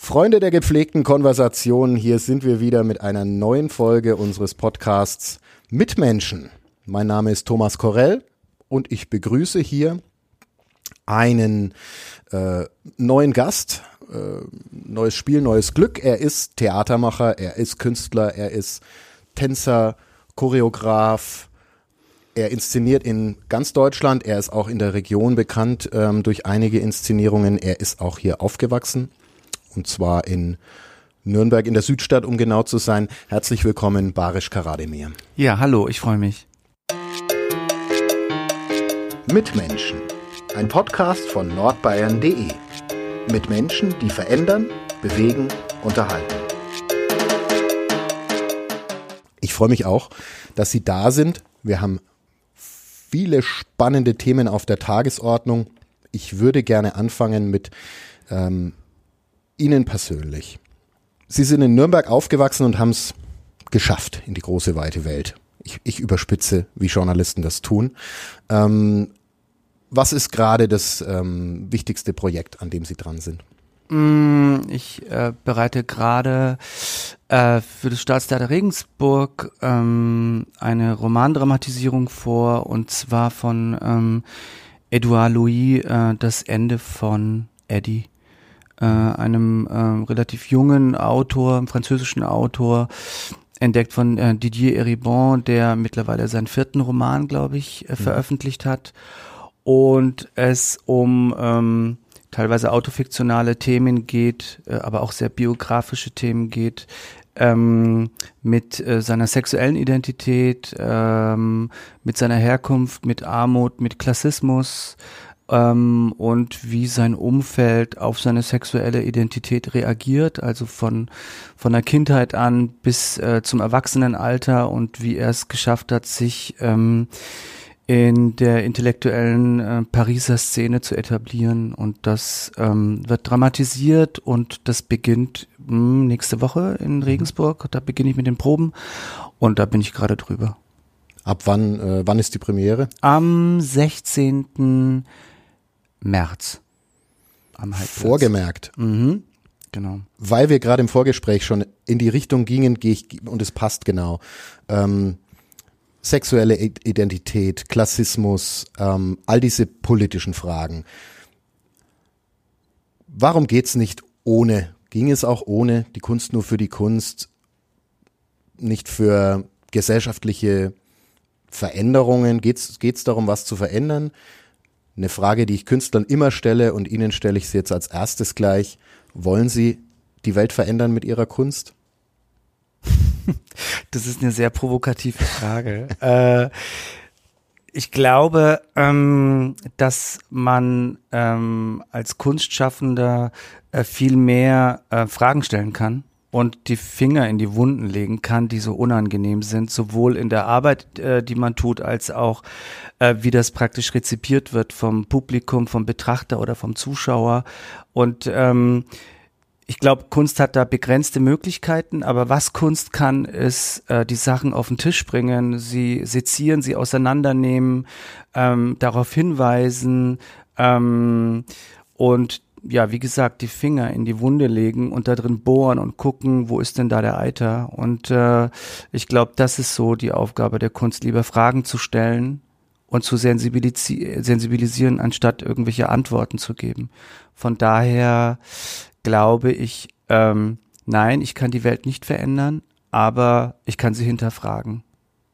Freunde der gepflegten Konversation, hier sind wir wieder mit einer neuen Folge unseres Podcasts Mitmenschen. Mein Name ist Thomas Korell und ich begrüße hier einen neuen Gast, neues Spiel, neues Glück. Er ist Theatermacher, er ist Künstler, er ist Tänzer, Choreograf. Er inszeniert in ganz Deutschland, er ist auch in der Region bekannt durch einige Inszenierungen. Er ist auch hier aufgewachsen. Und zwar in Nürnberg, in der Südstadt, um genau zu sein. Herzlich willkommen, Barish Karademir. Ja, hallo, ich freue mich. Mitmenschen, ein Podcast von nordbayern.de. Mit Menschen, die verändern, bewegen, unterhalten. Ich freue mich auch, dass Sie da sind. Wir haben viele spannende Themen auf der Tagesordnung. Ich würde gerne anfangen mit Ihnen persönlich. Sie sind in Nürnberg aufgewachsen und haben es geschafft in die große, weite Welt. Ich überspitze, wie Journalisten das tun. Was ist gerade das wichtigste Projekt, an dem Sie dran sind? Ich bereite gerade für das Staatstheater Regensburg eine Romandramatisierung vor, und zwar von Edouard Louis, Das Ende von Eddie. Einem relativ jungen Autor, einem französischen Autor, entdeckt von Didier Eribon, der mittlerweile seinen 4. Roman, glaube ich, veröffentlicht hat. Und es um teilweise autofiktionale Themen geht, aber auch sehr biografische Themen geht, mit seiner sexuellen Identität, mit seiner Herkunft, mit Armut, mit Klassismus, und wie sein Umfeld auf seine sexuelle Identität reagiert, also von der Kindheit an bis zum Erwachsenenalter, und wie er es geschafft hat, sich in der intellektuellen Pariser Szene zu etablieren. Und das wird dramatisiert, und das beginnt nächste Woche in Regensburg. Da beginne ich mit den Proben und da bin ich gerade drüber. Ab wann ist die Premiere? Am 16. März. Am Halbplatz. Vorgemerkt. Genau. Weil wir gerade im Vorgespräch schon in die Richtung gingen, und es passt genau. Sexuelle Identität, Klassismus, all diese politischen Fragen. Warum geht's nicht ohne? Ging es auch ohne die Kunst nur für die Kunst, nicht für gesellschaftliche Veränderungen? Geht's darum, was zu verändern? Eine Frage, die ich Künstlern immer stelle, und Ihnen stelle ich sie jetzt als erstes gleich. Wollen Sie die Welt verändern mit Ihrer Kunst? Das ist eine sehr provokative Frage. Ich glaube, dass man als Kunstschaffender viel mehr Fragen stellen kann und die Finger in die Wunden legen kann, die so unangenehm sind, sowohl in der Arbeit, die man tut, als auch wie das praktisch rezipiert wird vom Publikum, vom Betrachter oder vom Zuschauer. Und ich glaube, Kunst hat da begrenzte Möglichkeiten, aber was Kunst kann, ist die Sachen auf den Tisch bringen, sie sezieren, sie auseinandernehmen, darauf hinweisen und ja, wie gesagt, die Finger in die Wunde legen und da drin bohren und gucken, wo ist denn da der Eiter? Und ich glaube, das ist so die Aufgabe der Kunst, lieber Fragen zu stellen und zu sensibilisieren, anstatt irgendwelche Antworten zu geben. Von daher glaube ich, nein, ich kann die Welt nicht verändern, aber ich kann sie hinterfragen.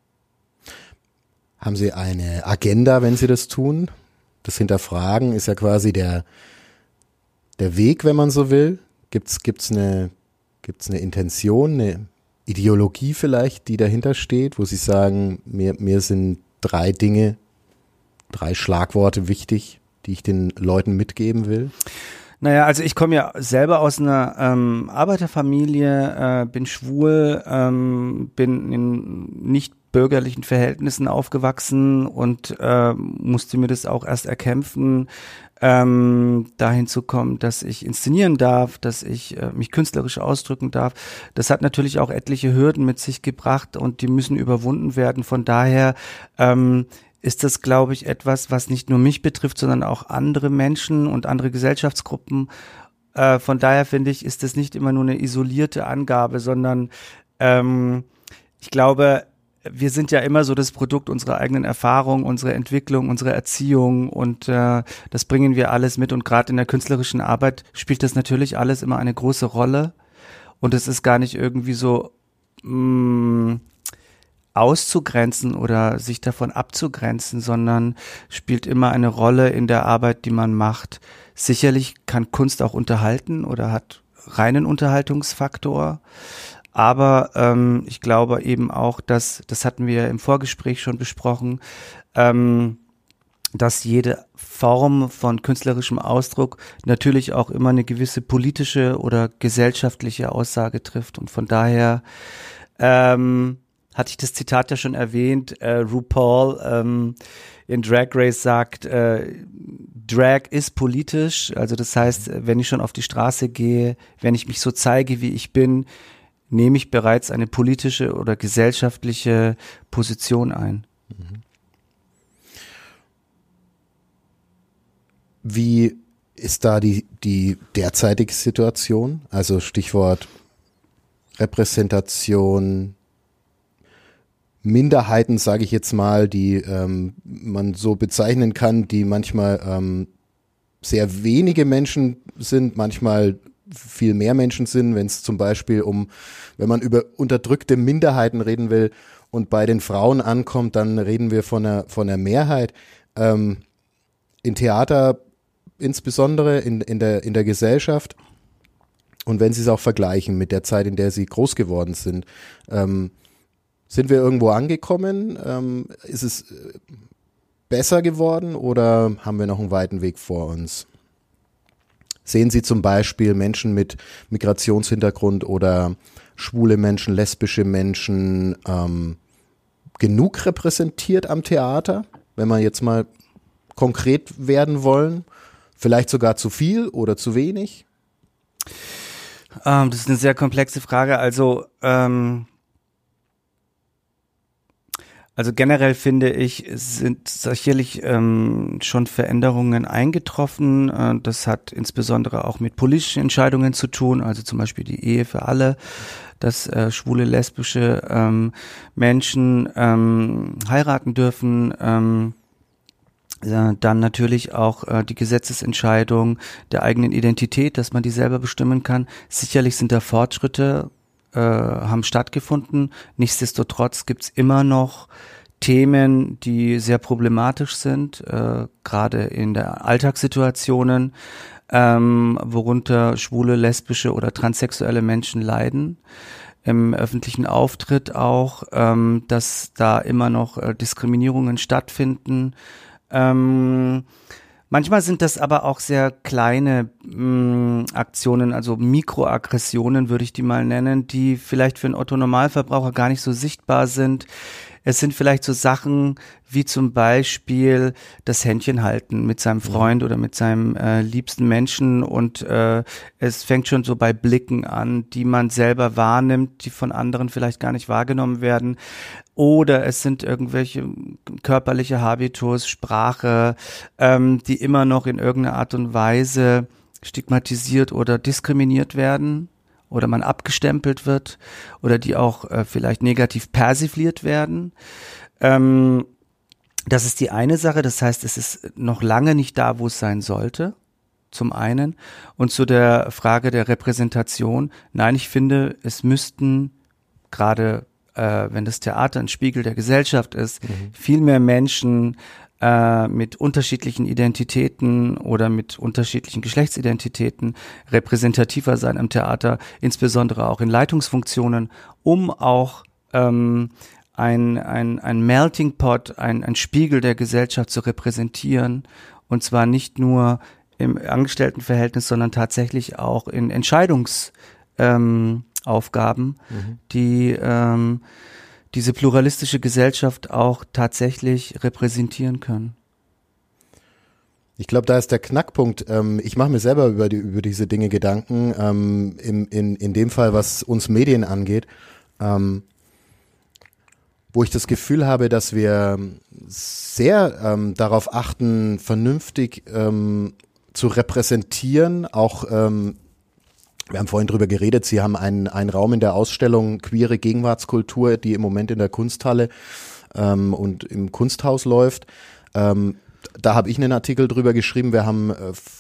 Haben Sie eine Agenda, wenn Sie das tun? Das Hinterfragen ist ja quasi der Weg, wenn man so will. Gibt's eine Intention, eine Ideologie vielleicht, die dahinter steht, wo Sie sagen, mir sind 3 Dinge, 3 Schlagworte wichtig, die ich den Leuten mitgeben will? Naja, also ich komme ja selber aus einer Arbeiterfamilie, bin schwul, bin in nicht bürgerlichen Verhältnissen aufgewachsen und musste mir das auch erst erkämpfen, dahin zu kommen, dass ich inszenieren darf, dass ich mich künstlerisch ausdrücken darf. Das hat natürlich auch etliche Hürden mit sich gebracht und die müssen überwunden werden. Von daher ist das, glaube ich, etwas, was nicht nur mich betrifft, sondern auch andere Menschen und andere Gesellschaftsgruppen. Von daher finde ich, ist das nicht immer nur eine isolierte Angabe, sondern ich glaube, wir sind ja immer so das Produkt unserer eigenen Erfahrung, unserer Entwicklung, unserer Erziehung und das bringen wir alles mit und gerade in der künstlerischen Arbeit spielt das natürlich alles immer eine große Rolle und es ist gar nicht irgendwie so auszugrenzen oder sich davon abzugrenzen, sondern spielt immer eine Rolle in der Arbeit, die man macht. Sicherlich kann Kunst auch unterhalten oder hat reinen Unterhaltungsfaktor. Aber ich glaube eben auch, dass, das hatten wir im Vorgespräch schon besprochen, dass jede Form von künstlerischem Ausdruck natürlich auch immer eine gewisse politische oder gesellschaftliche Aussage trifft. Und von daher hatte ich das Zitat ja schon erwähnt, RuPaul in Drag Race sagt, Drag ist politisch, also das heißt, wenn ich schon auf die Straße gehe, wenn ich mich so zeige, wie ich bin, nehme ich bereits eine politische oder gesellschaftliche Position ein. Wie ist da die derzeitige Situation? Also Stichwort Repräsentation, Minderheiten, sage ich jetzt mal, die man so bezeichnen kann, die manchmal sehr wenige Menschen sind, manchmal viel mehr Menschen sind, wenn es zum Beispiel wenn man über unterdrückte Minderheiten reden will und bei den Frauen ankommt, dann reden wir von einer Mehrheit. In Theater insbesondere, in der Gesellschaft und wenn Sie es auch vergleichen mit der Zeit, in der Sie groß geworden sind, sind wir irgendwo angekommen? Ist es besser geworden oder haben wir noch einen weiten Weg vor uns? Sehen Sie zum Beispiel Menschen mit Migrationshintergrund oder schwule Menschen, lesbische Menschen genug repräsentiert am Theater, wenn wir jetzt mal konkret werden wollen? Vielleicht sogar zu viel oder zu wenig? Das ist eine sehr komplexe Frage. Also generell finde ich, sind sicherlich schon Veränderungen eingetroffen. Das hat insbesondere auch mit politischen Entscheidungen zu tun, also zum Beispiel die Ehe für alle, dass schwule, lesbische Menschen heiraten dürfen. Dann natürlich auch die Gesetzesentscheidung der eigenen Identität, dass man die selber bestimmen kann. Sicherlich sind da Fortschritte, haben stattgefunden. Nichtsdestotrotz gibt's immer noch Themen, die sehr problematisch sind, gerade in der Alltagssituationen, worunter schwule, lesbische oder transsexuelle Menschen leiden. Im öffentlichen Auftritt auch, dass da immer noch Diskriminierungen stattfinden. Manchmal sind das aber auch sehr kleine Aktionen, also Mikroaggressionen würde ich die mal nennen, die vielleicht für einen Otto-Normalverbraucher gar nicht so sichtbar sind. Es sind vielleicht so Sachen wie zum Beispiel das Händchen halten mit seinem Freund oder mit seinem liebsten Menschen und es fängt schon so bei Blicken an, die man selber wahrnimmt, die von anderen vielleicht gar nicht wahrgenommen werden. Oder es sind irgendwelche körperliche Habitus, Sprache, die immer noch in irgendeiner Art und Weise stigmatisiert oder diskriminiert werden oder man abgestempelt wird oder die auch vielleicht negativ persifliert werden. Das ist die eine Sache, das heißt, es ist noch lange nicht da, wo es sein sollte, zum einen. Und zu der Frage der Repräsentation, nein, ich finde, es müssten gerade wenn das Theater ein Spiegel der Gesellschaft ist, viel mehr Menschen mit unterschiedlichen Identitäten oder mit unterschiedlichen Geschlechtsidentitäten repräsentativer sein im Theater, insbesondere auch in Leitungsfunktionen, um auch ein Melting Pot, ein Spiegel der Gesellschaft zu repräsentieren, und zwar nicht nur im Angestelltenverhältnis, sondern tatsächlich auch in Entscheidungsaufgaben, die diese pluralistische Gesellschaft auch tatsächlich repräsentieren können. Ich glaube, da ist der Knackpunkt. Ich mache mir selber über diese Dinge Gedanken, in dem Fall, was uns Medien angeht, wo ich das Gefühl habe, dass wir sehr darauf achten, vernünftig zu repräsentieren, auch wir haben vorhin drüber geredet, Sie haben einen Raum in der Ausstellung Queere Gegenwartskultur, die im Moment in der Kunsthalle und im Kunsthaus läuft. Da habe ich einen Artikel drüber geschrieben. Wir haben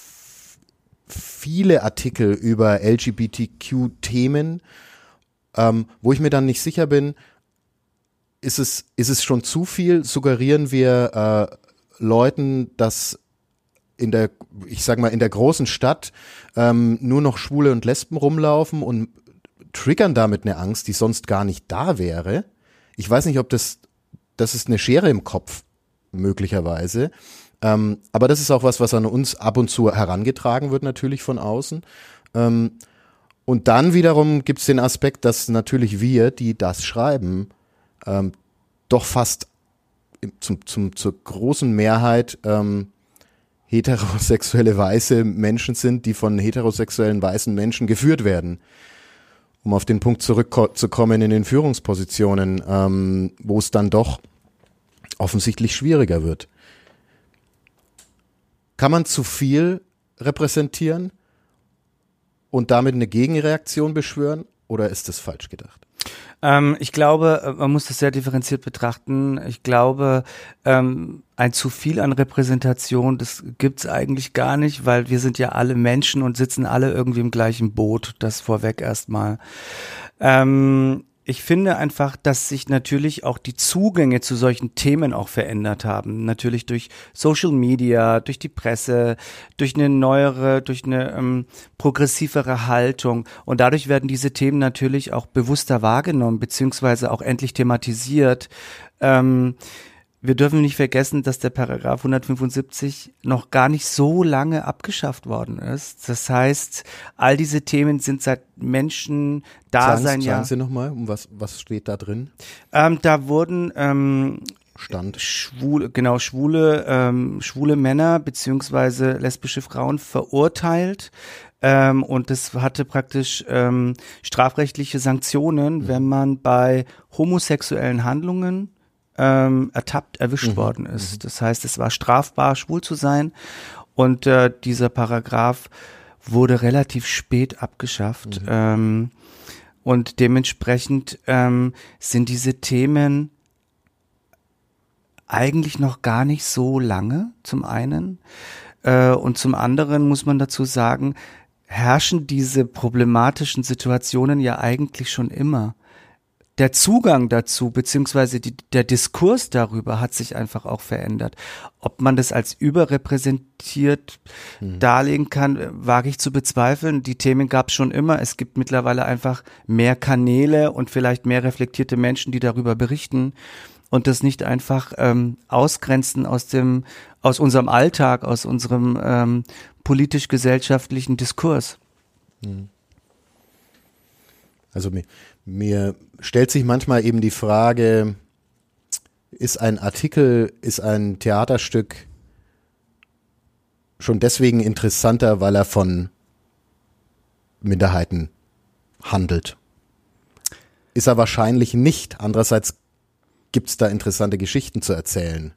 viele Artikel über LGBTQ-Themen, wo ich mir dann nicht sicher bin, ist es schon zu viel? Suggerieren wir Leuten, dass in der großen Stadt nur noch Schwule und Lesben rumlaufen und triggern damit eine Angst, die sonst gar nicht da wäre? Ich weiß nicht, ob das ist eine Schere im Kopf, möglicherweise. Aber das ist auch was an uns ab und zu herangetragen wird, natürlich von außen. Und dann wiederum gibt es den Aspekt, dass natürlich wir, die das schreiben, doch fast zur großen Mehrheit heterosexuelle weiße Menschen sind, die von heterosexuellen weißen Menschen geführt werden. Um auf den Punkt zurückzukommen in den Führungspositionen, wo es dann doch offensichtlich schwieriger wird. Kann man zu viel repräsentieren und damit eine Gegenreaktion beschwören oder ist das falsch gedacht? Ich glaube, man muss das sehr differenziert betrachten. Ich glaube, ein zu viel an Repräsentation, das gibt's eigentlich gar nicht, weil wir sind ja alle Menschen und sitzen alle irgendwie im gleichen Boot. Das vorweg erstmal. Ich finde einfach, dass sich natürlich auch die Zugänge zu solchen Themen auch verändert haben. Natürlich durch Social Media, durch die Presse, durch eine progressivere Haltung. Und dadurch werden diese Themen natürlich auch bewusster wahrgenommen, beziehungsweise auch endlich thematisiert. Wir dürfen nicht vergessen, dass der Paragraph 175 noch gar nicht so lange abgeschafft worden ist. Das heißt, all diese Themen sind seit Menschendasein Sagen Sie nochmal, was steht da drin? Da wurden Stand. schwule Männer beziehungsweise lesbische Frauen verurteilt. Und das hatte praktisch strafrechtliche Sanktionen, wenn man bei homosexuellen Handlungen erwischt worden ist. Das heißt, es war strafbar, schwul zu sein und dieser Paragraph wurde relativ spät abgeschafft und dementsprechend sind diese Themen eigentlich noch gar nicht so lange, zum einen und zum anderen muss man dazu sagen, herrschen diese problematischen Situationen ja eigentlich schon immer. Der Zugang dazu, beziehungsweise der Diskurs darüber hat sich einfach auch verändert. Ob man das als überrepräsentiert darlegen kann, wage ich zu bezweifeln. Die Themen gab es schon immer. Es gibt mittlerweile einfach mehr Kanäle und vielleicht mehr reflektierte Menschen, die darüber berichten und das nicht einfach ausgrenzen aus unserem Alltag, aus unserem politisch-gesellschaftlichen Diskurs. Also mir stellt sich manchmal eben die Frage, ist ein Artikel, ist ein Theaterstück schon deswegen interessanter, weil er von Minderheiten handelt? Ist er wahrscheinlich nicht. Andererseits gibt es da interessante Geschichten zu erzählen.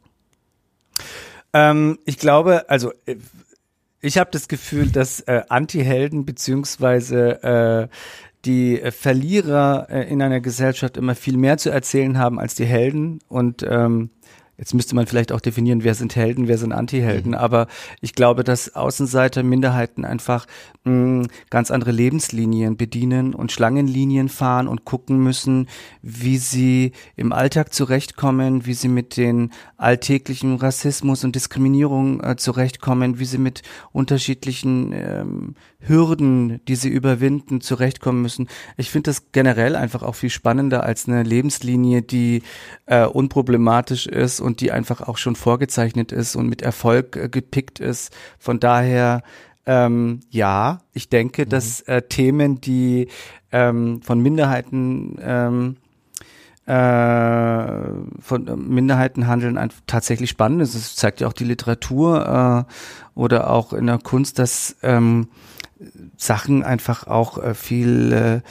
Ich glaube, also ich habe das Gefühl, dass Anti-Helden beziehungsweise die Verlierer in einer Gesellschaft immer viel mehr zu erzählen haben als die Helden und jetzt müsste man vielleicht auch definieren, wer sind Helden, wer sind Anti-Helden, aber ich glaube, dass Außenseiter, Minderheiten einfach ganz andere Lebenslinien bedienen und Schlangenlinien fahren und gucken müssen, wie sie im Alltag zurechtkommen, wie sie mit den alltäglichen Rassismus und Diskriminierung zurechtkommen, wie sie mit unterschiedlichen Hürden, die sie überwinden, zurechtkommen müssen. Ich finde das generell einfach auch viel spannender als eine Lebenslinie, die unproblematisch ist und die einfach auch schon vorgezeichnet ist und mit Erfolg gepickt ist. Von daher ja, ich denke, dass Themen, die von Minderheiten handeln, tatsächlich spannend ist. Es zeigt ja auch die Literatur oder auch in der Kunst, dass Sachen einfach auch viel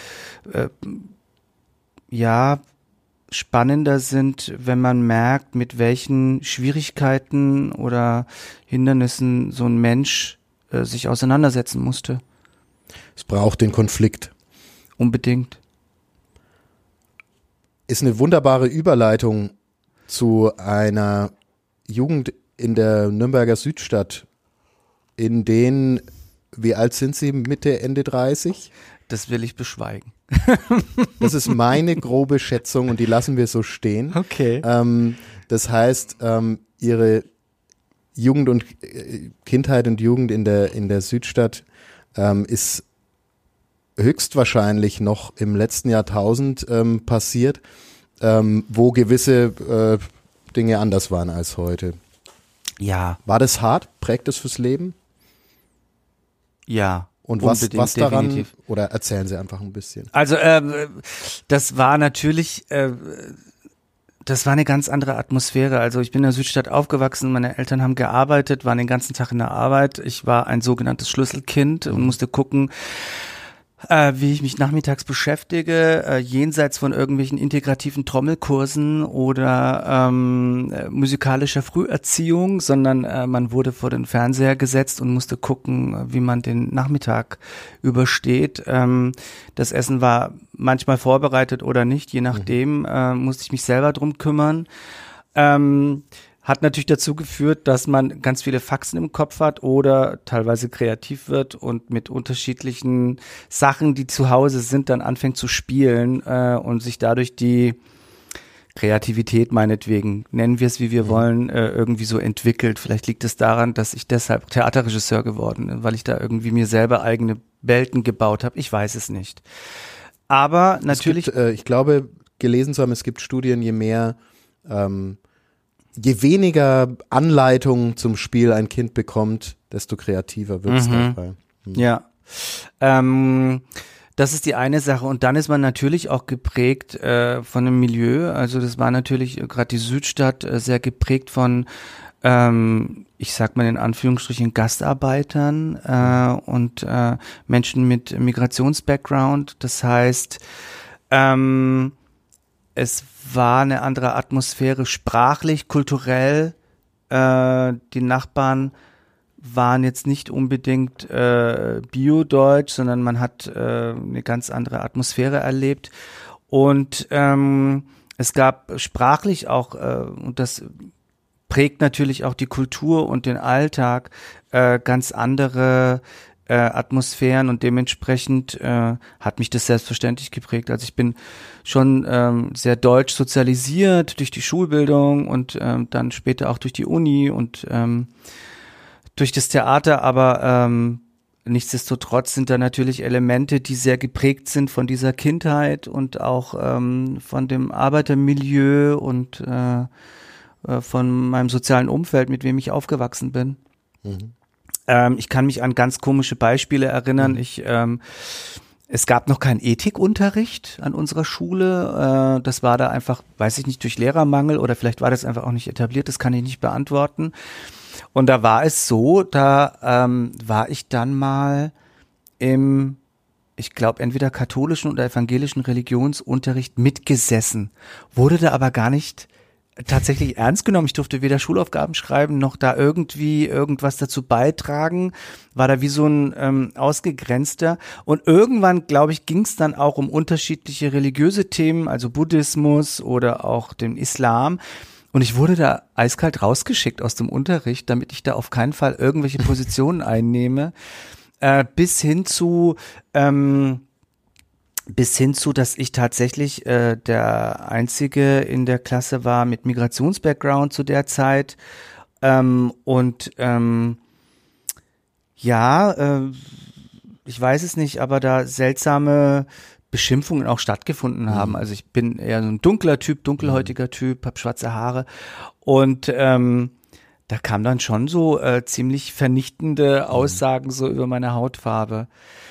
spannender sind, wenn man merkt, mit welchen Schwierigkeiten oder Hindernissen so ein Mensch sich auseinandersetzen musste. Es braucht den Konflikt. Unbedingt. Ist eine wunderbare Überleitung zu einer Jugend in der Nürnberger Südstadt, in denen, wie alt sind Sie, Mitte, Ende 30? Das will ich beschweigen. Das ist meine grobe Schätzung und die lassen wir so stehen. Okay. Das heißt, Ihre Jugend und Kindheit und Jugend in der Südstadt ist höchstwahrscheinlich noch im letzten Jahrtausend passiert, wo gewisse Dinge anders waren als heute. Ja. War das hart? Prägt das fürs Leben? Ja. Und was daran, definitiv. oder erzählen Sie einfach ein bisschen. Also das war natürlich, das war eine ganz andere Atmosphäre. Also ich bin in der Südstadt aufgewachsen, meine Eltern haben gearbeitet, waren den ganzen Tag in der Arbeit. Ich war ein sogenanntes Schlüsselkind und musste gucken, wie ich mich nachmittags beschäftige, jenseits von irgendwelchen integrativen Trommelkursen oder musikalischer Früherziehung, sondern man wurde vor den Fernseher gesetzt und musste gucken, wie man den Nachmittag übersteht. Das Essen war manchmal vorbereitet oder nicht, je nachdem musste ich mich selber drum kümmern. Hat natürlich dazu geführt, dass man ganz viele Faxen im Kopf hat oder teilweise kreativ wird und mit unterschiedlichen Sachen, die zu Hause sind, dann anfängt zu spielen und sich dadurch die Kreativität meinetwegen, nennen wir es wie wir wollen, irgendwie so entwickelt. Vielleicht liegt es daran, dass ich deshalb Theaterregisseur geworden bin, weil ich da irgendwie mir selber eigene Welten gebaut habe. Ich weiß es nicht. Aber natürlich. Ich glaube, gelesen zu haben, es gibt Studien, je weniger Anleitung zum Spiel ein Kind bekommt, desto kreativer wird es dabei. Ja, das ist die eine Sache. Und dann ist man natürlich auch geprägt von einem Milieu. Also das war natürlich gerade die Südstadt sehr geprägt von, ich sag mal in Anführungsstrichen, Gastarbeitern und Menschen mit Migrationsbackground. Das heißt, es war eine andere Atmosphäre, sprachlich, kulturell. Die Nachbarn waren jetzt nicht unbedingt Bio-Deutsch, sondern man hat eine ganz andere Atmosphäre erlebt. Und es gab sprachlich auch, und das prägt natürlich auch die Kultur und den Alltag, ganz andere Atmosphären und dementsprechend hat mich das selbstverständlich geprägt. Also ich bin schon sehr deutsch sozialisiert durch die Schulbildung und dann später auch durch die Uni und durch das Theater, aber nichtsdestotrotz sind da natürlich Elemente, die sehr geprägt sind von dieser Kindheit und auch von dem Arbeitermilieu und von meinem sozialen Umfeld, mit wem ich aufgewachsen bin. Ich kann mich an ganz komische Beispiele erinnern. Es gab noch keinen Ethikunterricht an unserer Schule. Das war da einfach, weiß ich nicht, durch Lehrermangel oder vielleicht war das einfach auch nicht etabliert. Das kann ich nicht beantworten. Und da war es so, da war ich dann mal im, ich glaube, entweder katholischen oder evangelischen Religionsunterricht mitgesessen. Wurde da aber gar nicht tatsächlich ernst genommen. Ich durfte weder Schulaufgaben schreiben, noch da irgendwie irgendwas dazu beitragen. War da wie so ein Ausgegrenzter. Und irgendwann, glaube ich, ging es dann auch um unterschiedliche religiöse Themen, also Buddhismus oder auch den Islam. Und ich wurde da eiskalt rausgeschickt aus dem Unterricht, damit ich da auf keinen Fall irgendwelche Positionen einnehme. Bis hin zu, dass ich tatsächlich der Einzige in der Klasse war mit Migrationsbackground zu der Zeit. Ich weiß es nicht, aber da seltsame Beschimpfungen auch stattgefunden haben. Also ich bin eher so ein dunkler Typ, dunkelhäutiger Typ, habe schwarze Haare und da kam dann schon so ziemlich vernichtende Aussagen so über meine Hautfarbe.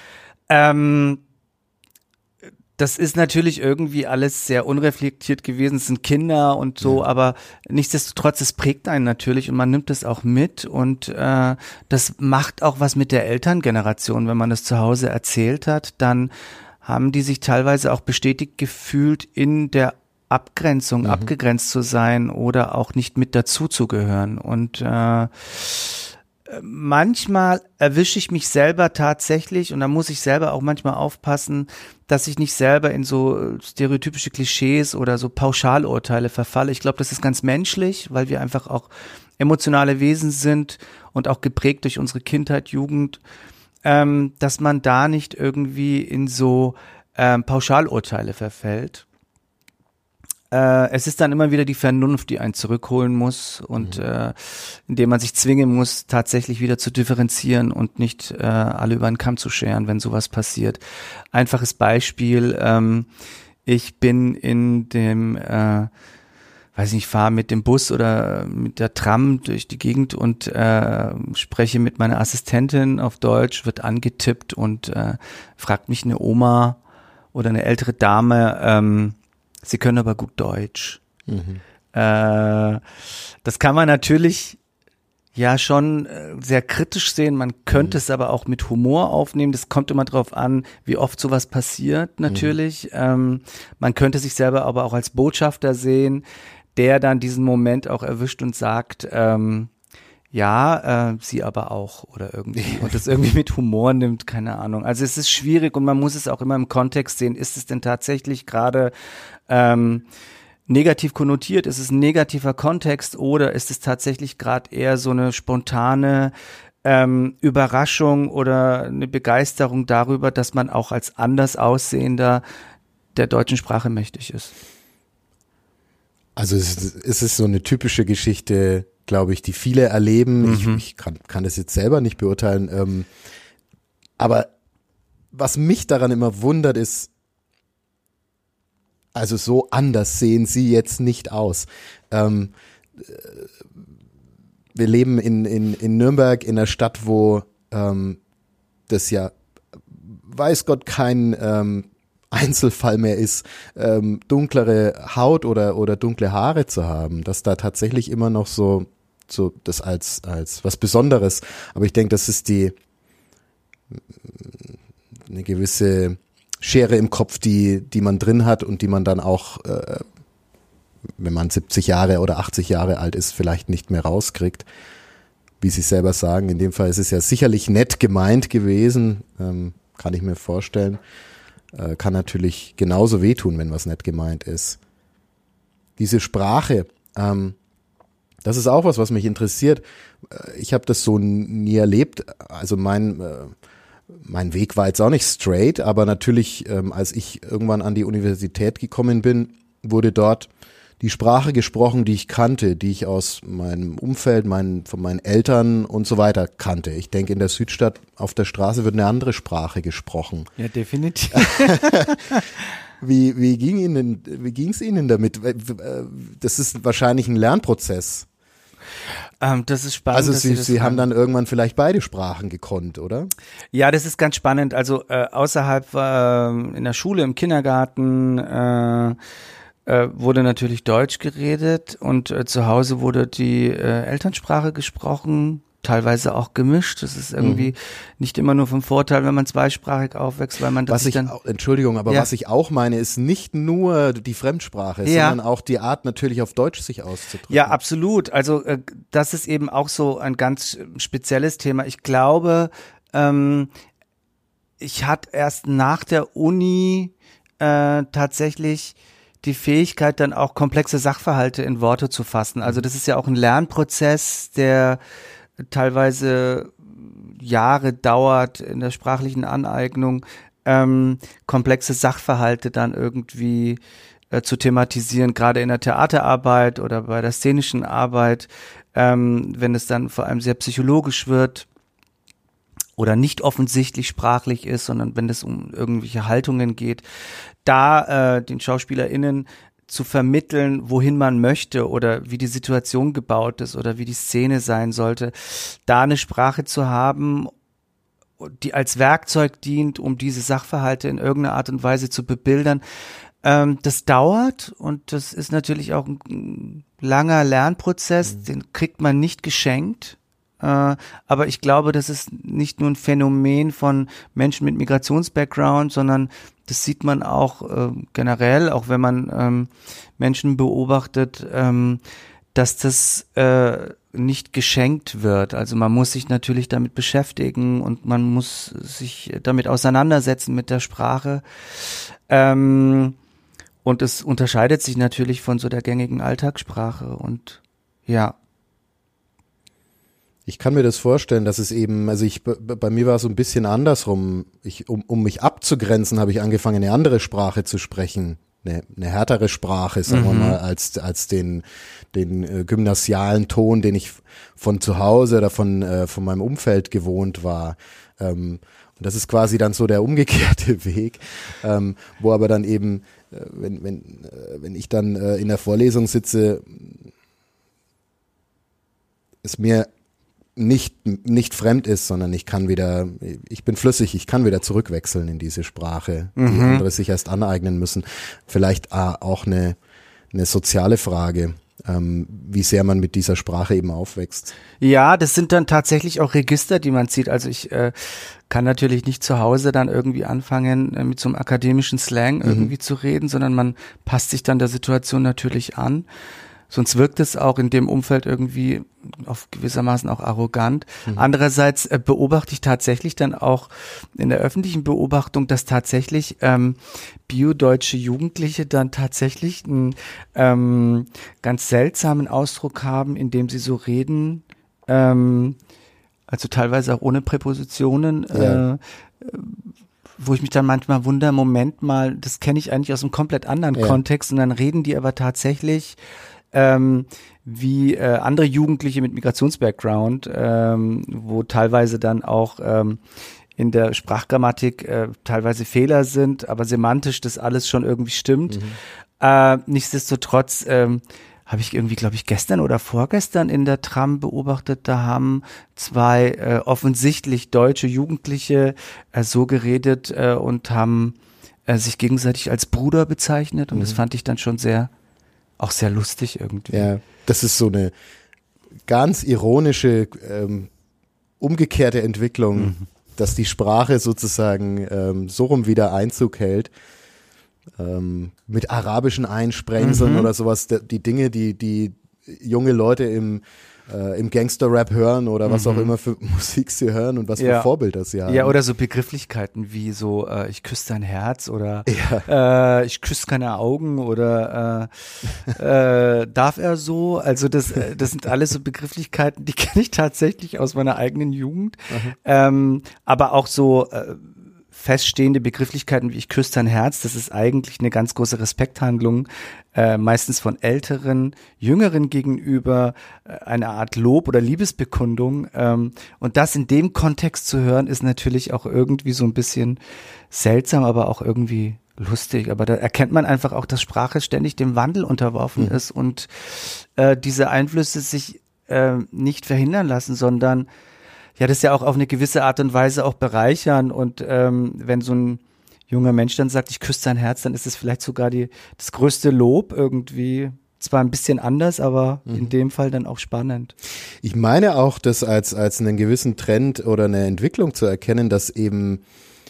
Das ist natürlich irgendwie alles sehr unreflektiert gewesen, es sind Kinder und so, aber nichtsdestotrotz, es prägt einen natürlich und man nimmt es auch mit und das macht auch was mit der Elterngeneration, wenn man das zu Hause erzählt hat, dann haben die sich teilweise auch bestätigt gefühlt in der Abgrenzung, abgegrenzt zu sein oder auch nicht mit dazuzugehören und Manchmal erwische ich mich selber tatsächlich und da muss ich selber auch manchmal aufpassen, dass ich nicht selber in so stereotypische Klischees oder so Pauschalurteile verfalle. Ich glaube, das ist ganz menschlich, weil wir einfach auch emotionale Wesen sind und auch geprägt durch unsere Kindheit, Jugend, dass man da nicht irgendwie in so Pauschalurteile verfällt. Es ist dann immer wieder die Vernunft, die einen zurückholen muss und indem man sich zwingen muss, tatsächlich wieder zu differenzieren und nicht alle über den Kamm zu scheren, wenn sowas passiert. Einfaches Beispiel, ich bin in dem, weiß nicht, fahre mit dem Bus oder mit der Tram durch die Gegend und spreche mit meiner Assistentin auf Deutsch, wird angetippt und fragt mich eine Oma oder eine ältere Dame, sie können aber gut Deutsch. Das kann man natürlich ja schon sehr kritisch sehen. Man könnte es aber auch mit Humor aufnehmen. Das kommt immer drauf an, wie oft sowas passiert natürlich. Man könnte sich selber aber auch als Botschafter sehen, der dann diesen Moment auch erwischt und sagt, sie aber auch oder irgendwie und das irgendwie mit Humor nimmt, keine Ahnung. Also es ist schwierig und man muss es auch immer im Kontext sehen. Ist es denn tatsächlich gerade negativ konnotiert? Ist es ein negativer Kontext oder ist es tatsächlich gerade eher so eine spontane Überraschung oder eine Begeisterung darüber, dass man auch als anders Aussehender der deutschen Sprache mächtig ist? Also es ist so eine typische Geschichte, glaube ich, die viele erleben. Ich kann das jetzt selber nicht beurteilen. Aber was mich daran immer wundert ist, also so anders sehen sie jetzt nicht aus. Wir leben in Nürnberg, in einer Stadt, wo das ja, weiß Gott, kein Einzelfall mehr ist, dunklere Haut oder dunkle Haare zu haben, dass da tatsächlich immer noch so das als was Besonderes, aber ich denke, das ist eine gewisse Schere im Kopf, die man drin hat und die man dann auch, wenn man 70 Jahre oder 80 Jahre alt ist, vielleicht nicht mehr rauskriegt, wie Sie selber sagen. In dem Fall ist es ja sicherlich nett gemeint gewesen, kann ich mir vorstellen. Kann natürlich genauso wehtun, wenn was nett gemeint ist. Diese Sprache, das ist auch was mich interessiert. Ich habe das so nie erlebt. Also mein Weg war jetzt auch nicht straight, aber natürlich, als ich irgendwann an die Universität gekommen bin, wurde dort die Sprache gesprochen, die ich kannte, die ich aus meinem Umfeld, von meinen Eltern und so weiter kannte. Ich denke, in der Südstadt auf der Straße wird eine andere Sprache gesprochen. Ja, definitiv. Wie ging's Ihnen damit? Das ist wahrscheinlich ein Lernprozess. Das ist spannend. Also Sie haben dann irgendwann vielleicht beide Sprachen gekonnt, oder? Ja, das ist ganz spannend. Also außerhalb in der Schule, im Kindergarten wurde natürlich Deutsch geredet und zu Hause wurde die Elternsprache gesprochen, teilweise auch gemischt. Das ist irgendwie nicht immer nur vom Vorteil, wenn man zweisprachig aufwächst, weil man das Entschuldigung, aber was ich auch meine, ist nicht nur die Fremdsprache, sondern auch die Art natürlich auf Deutsch sich auszudrücken. Ja, absolut. Also das ist eben auch so ein ganz spezielles Thema. Ich glaube, ich hatte erst nach der Uni tatsächlich die Fähigkeit, dann auch komplexe Sachverhalte in Worte zu fassen. Also das ist ja auch ein Lernprozess, der teilweise Jahre dauert in der sprachlichen Aneignung, komplexe Sachverhalte dann irgendwie zu thematisieren, gerade in der Theaterarbeit oder bei der szenischen Arbeit, wenn es dann vor allem sehr psychologisch wird oder nicht offensichtlich sprachlich ist, sondern wenn es um irgendwelche Haltungen geht, da den SchauspielerInnen zu vermitteln, wohin man möchte oder wie die Situation gebaut ist oder wie die Szene sein sollte, da eine Sprache zu haben, die als Werkzeug dient, um diese Sachverhalte in irgendeiner Art und Weise zu bebildern. Das dauert und das ist natürlich auch ein langer Lernprozess, den kriegt man nicht geschenkt. Aber ich glaube, das ist nicht nur ein Phänomen von Menschen mit Migrationsbackground, sondern das sieht man auch generell, auch wenn man Menschen beobachtet, dass das nicht geschenkt wird. Also man muss sich natürlich damit beschäftigen und man muss sich damit auseinandersetzen mit der Sprache. Und es unterscheidet sich natürlich von so der gängigen Alltagssprache und ja. Ich kann mir das vorstellen, dass es eben, also bei mir war es so ein bisschen andersrum. Um mich abzugrenzen, habe ich angefangen, eine andere Sprache zu sprechen. Eine härtere Sprache, sagen wir mal, als den gymnasialen Ton, den ich von zu Hause oder von meinem Umfeld gewohnt war. Und das ist quasi dann so der umgekehrte Weg, wo aber dann eben, wenn ich dann in der Vorlesung sitze, es mir nicht fremd ist, sondern ich bin flüssig, ich kann wieder zurückwechseln in diese Sprache, die andere sich erst aneignen müssen. Vielleicht auch eine soziale Frage, wie sehr man mit dieser Sprache eben aufwächst. Ja, das sind dann tatsächlich auch Register, die man zieht. Also ich kann natürlich nicht zu Hause dann irgendwie anfangen, mit so einem akademischen Slang irgendwie zu reden, sondern man passt sich dann der Situation natürlich an. Sonst wirkt es auch in dem Umfeld irgendwie auf gewissermaßen auch arrogant. Andererseits beobachte ich tatsächlich dann auch in der öffentlichen Beobachtung, dass tatsächlich biodeutsche Jugendliche dann tatsächlich einen ganz seltsamen Ausdruck haben, indem sie so reden, also teilweise auch ohne Präpositionen, wo ich mich dann manchmal wundere, Moment mal, das kenne ich eigentlich aus einem komplett anderen Kontext und dann reden die aber tatsächlich wie andere Jugendliche mit Migrationsbackground, wo teilweise dann auch in der Sprachgrammatik teilweise Fehler sind, aber semantisch das alles schon irgendwie stimmt. Nichtsdestotrotz habe ich irgendwie, glaube ich, gestern oder vorgestern in der Tram beobachtet, da haben zwei offensichtlich deutsche Jugendliche so geredet und haben sich gegenseitig als Bruder bezeichnet und das fand ich dann schon sehr lustig irgendwie. Ja, das ist so eine ganz ironische, umgekehrte Entwicklung, dass die Sprache sozusagen so rum wieder Einzug hält. Mit arabischen Einsprengseln oder sowas, die Dinge, die junge Leute im Gangster-Rap hören oder was auch immer für Musik sie hören und was für Vorbilder sie haben. Ja, oder so Begrifflichkeiten wie so, ich küsse dein Herz oder ich küsse keine Augen oder darf er so? Also das sind alles so Begrifflichkeiten, die kenne ich tatsächlich aus meiner eigenen Jugend. Aber auch so feststehende Begrifflichkeiten wie ich küsse dein Herz, das ist eigentlich eine ganz große Respekthandlung, meistens von Älteren, Jüngeren gegenüber, eine Art Lob oder Liebesbekundung. Und das in dem Kontext zu hören, ist natürlich auch irgendwie so ein bisschen seltsam, aber auch irgendwie lustig. Aber da erkennt man einfach auch, dass Sprache ständig dem Wandel unterworfen ist und diese Einflüsse sich nicht verhindern lassen, sondern ja, das ja auch auf eine gewisse Art und Weise auch bereichern und wenn so ein junger Mensch dann sagt, ich küsse dein Herz, dann ist es vielleicht sogar das größte Lob irgendwie, zwar ein bisschen anders, aber in dem Fall dann auch spannend. Ich meine auch, das als einen gewissen Trend oder eine Entwicklung zu erkennen, dass eben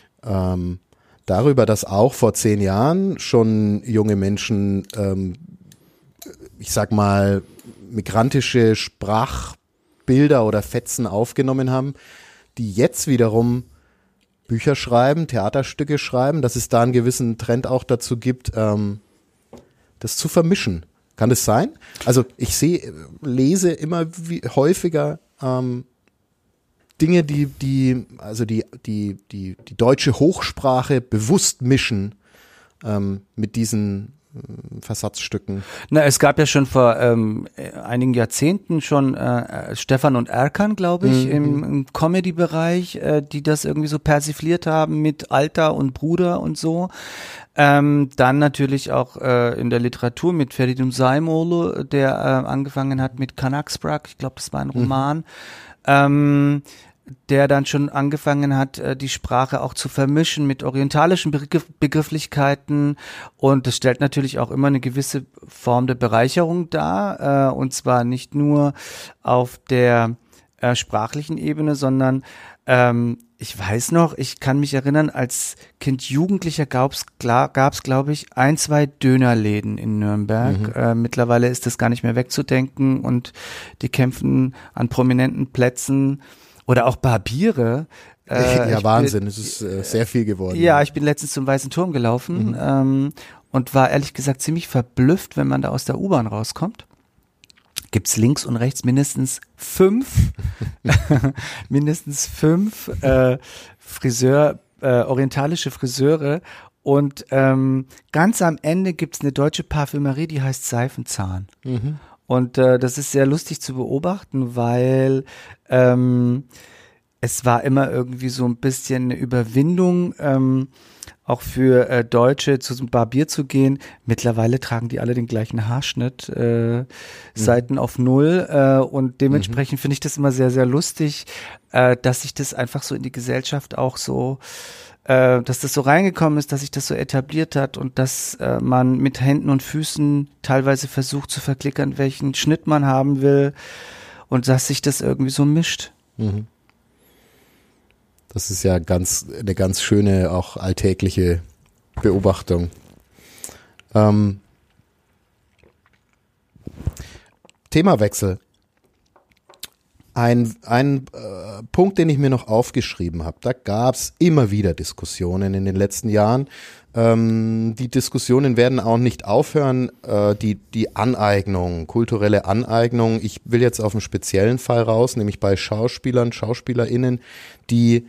darüber, dass auch vor 10 Jahren schon junge Menschen, ich sag mal, migrantische Sprachbilder oder Fetzen aufgenommen haben, die jetzt wiederum Bücher schreiben, Theaterstücke schreiben, dass es da einen gewissen Trend auch dazu gibt, das zu vermischen. Kann das sein? Also ich lese immer häufiger Dinge, die deutsche Hochsprache bewusst mischen mit diesen Versatzstücken. Na, es gab ja schon vor einigen Jahrzehnten schon Stefan und Erkan, glaube ich, im Comedy-Bereich, die das irgendwie so persifliert haben mit Alter und Bruder und so. Dann natürlich auch in der Literatur mit Feridun Zaimoğlu, der angefangen hat mit Kanaksbrak, ich glaube, das war ein Roman, der dann schon angefangen hat, die Sprache auch zu vermischen mit orientalischen Begrifflichkeiten, und das stellt natürlich auch immer eine gewisse Form der Bereicherung dar, und zwar nicht nur auf der sprachlichen Ebene, sondern ich weiß noch, ich kann mich erinnern, als Kind Jugendlicher gab's glaube ich, 1, 2 Dönerläden in Nürnberg. Mittlerweile ist das gar nicht mehr wegzudenken und die kämpfen an prominenten Plätzen oder auch Barbiere. Ja, Wahnsinn, es ist sehr viel geworden. Ja, ich bin letztens zum Weißen Turm gelaufen und war ehrlich gesagt ziemlich verblüfft, wenn man da aus der U-Bahn rauskommt. Gibt's links und rechts mindestens 5 orientalische Friseure und ganz am Ende gibt's eine deutsche Parfümerie, die heißt Seifenzahn. Und das ist sehr lustig zu beobachten, weil es war immer irgendwie so ein bisschen eine Überwindung, auch für Deutsche zu so einem Barbier zu gehen. Mittlerweile tragen die alle den gleichen Haarschnitt, Seiten auf 0 und dementsprechend finde ich das immer sehr, sehr lustig, dass sich das einfach so in die Gesellschaft auch so, dass das so reingekommen ist, dass sich das so etabliert hat und dass man mit Händen und Füßen teilweise versucht zu verklickern, welchen Schnitt man haben will und dass sich das irgendwie so mischt. Das ist ja eine ganz schöne, auch alltägliche Beobachtung. Themawechsel. Ein Punkt, den ich mir noch aufgeschrieben habe, da gab es immer wieder Diskussionen in den letzten Jahren. Die Diskussionen werden auch nicht aufhören, die Aneignung, kulturelle Aneignung. Ich will jetzt auf einen speziellen Fall raus, nämlich bei SchauspielerInnen, die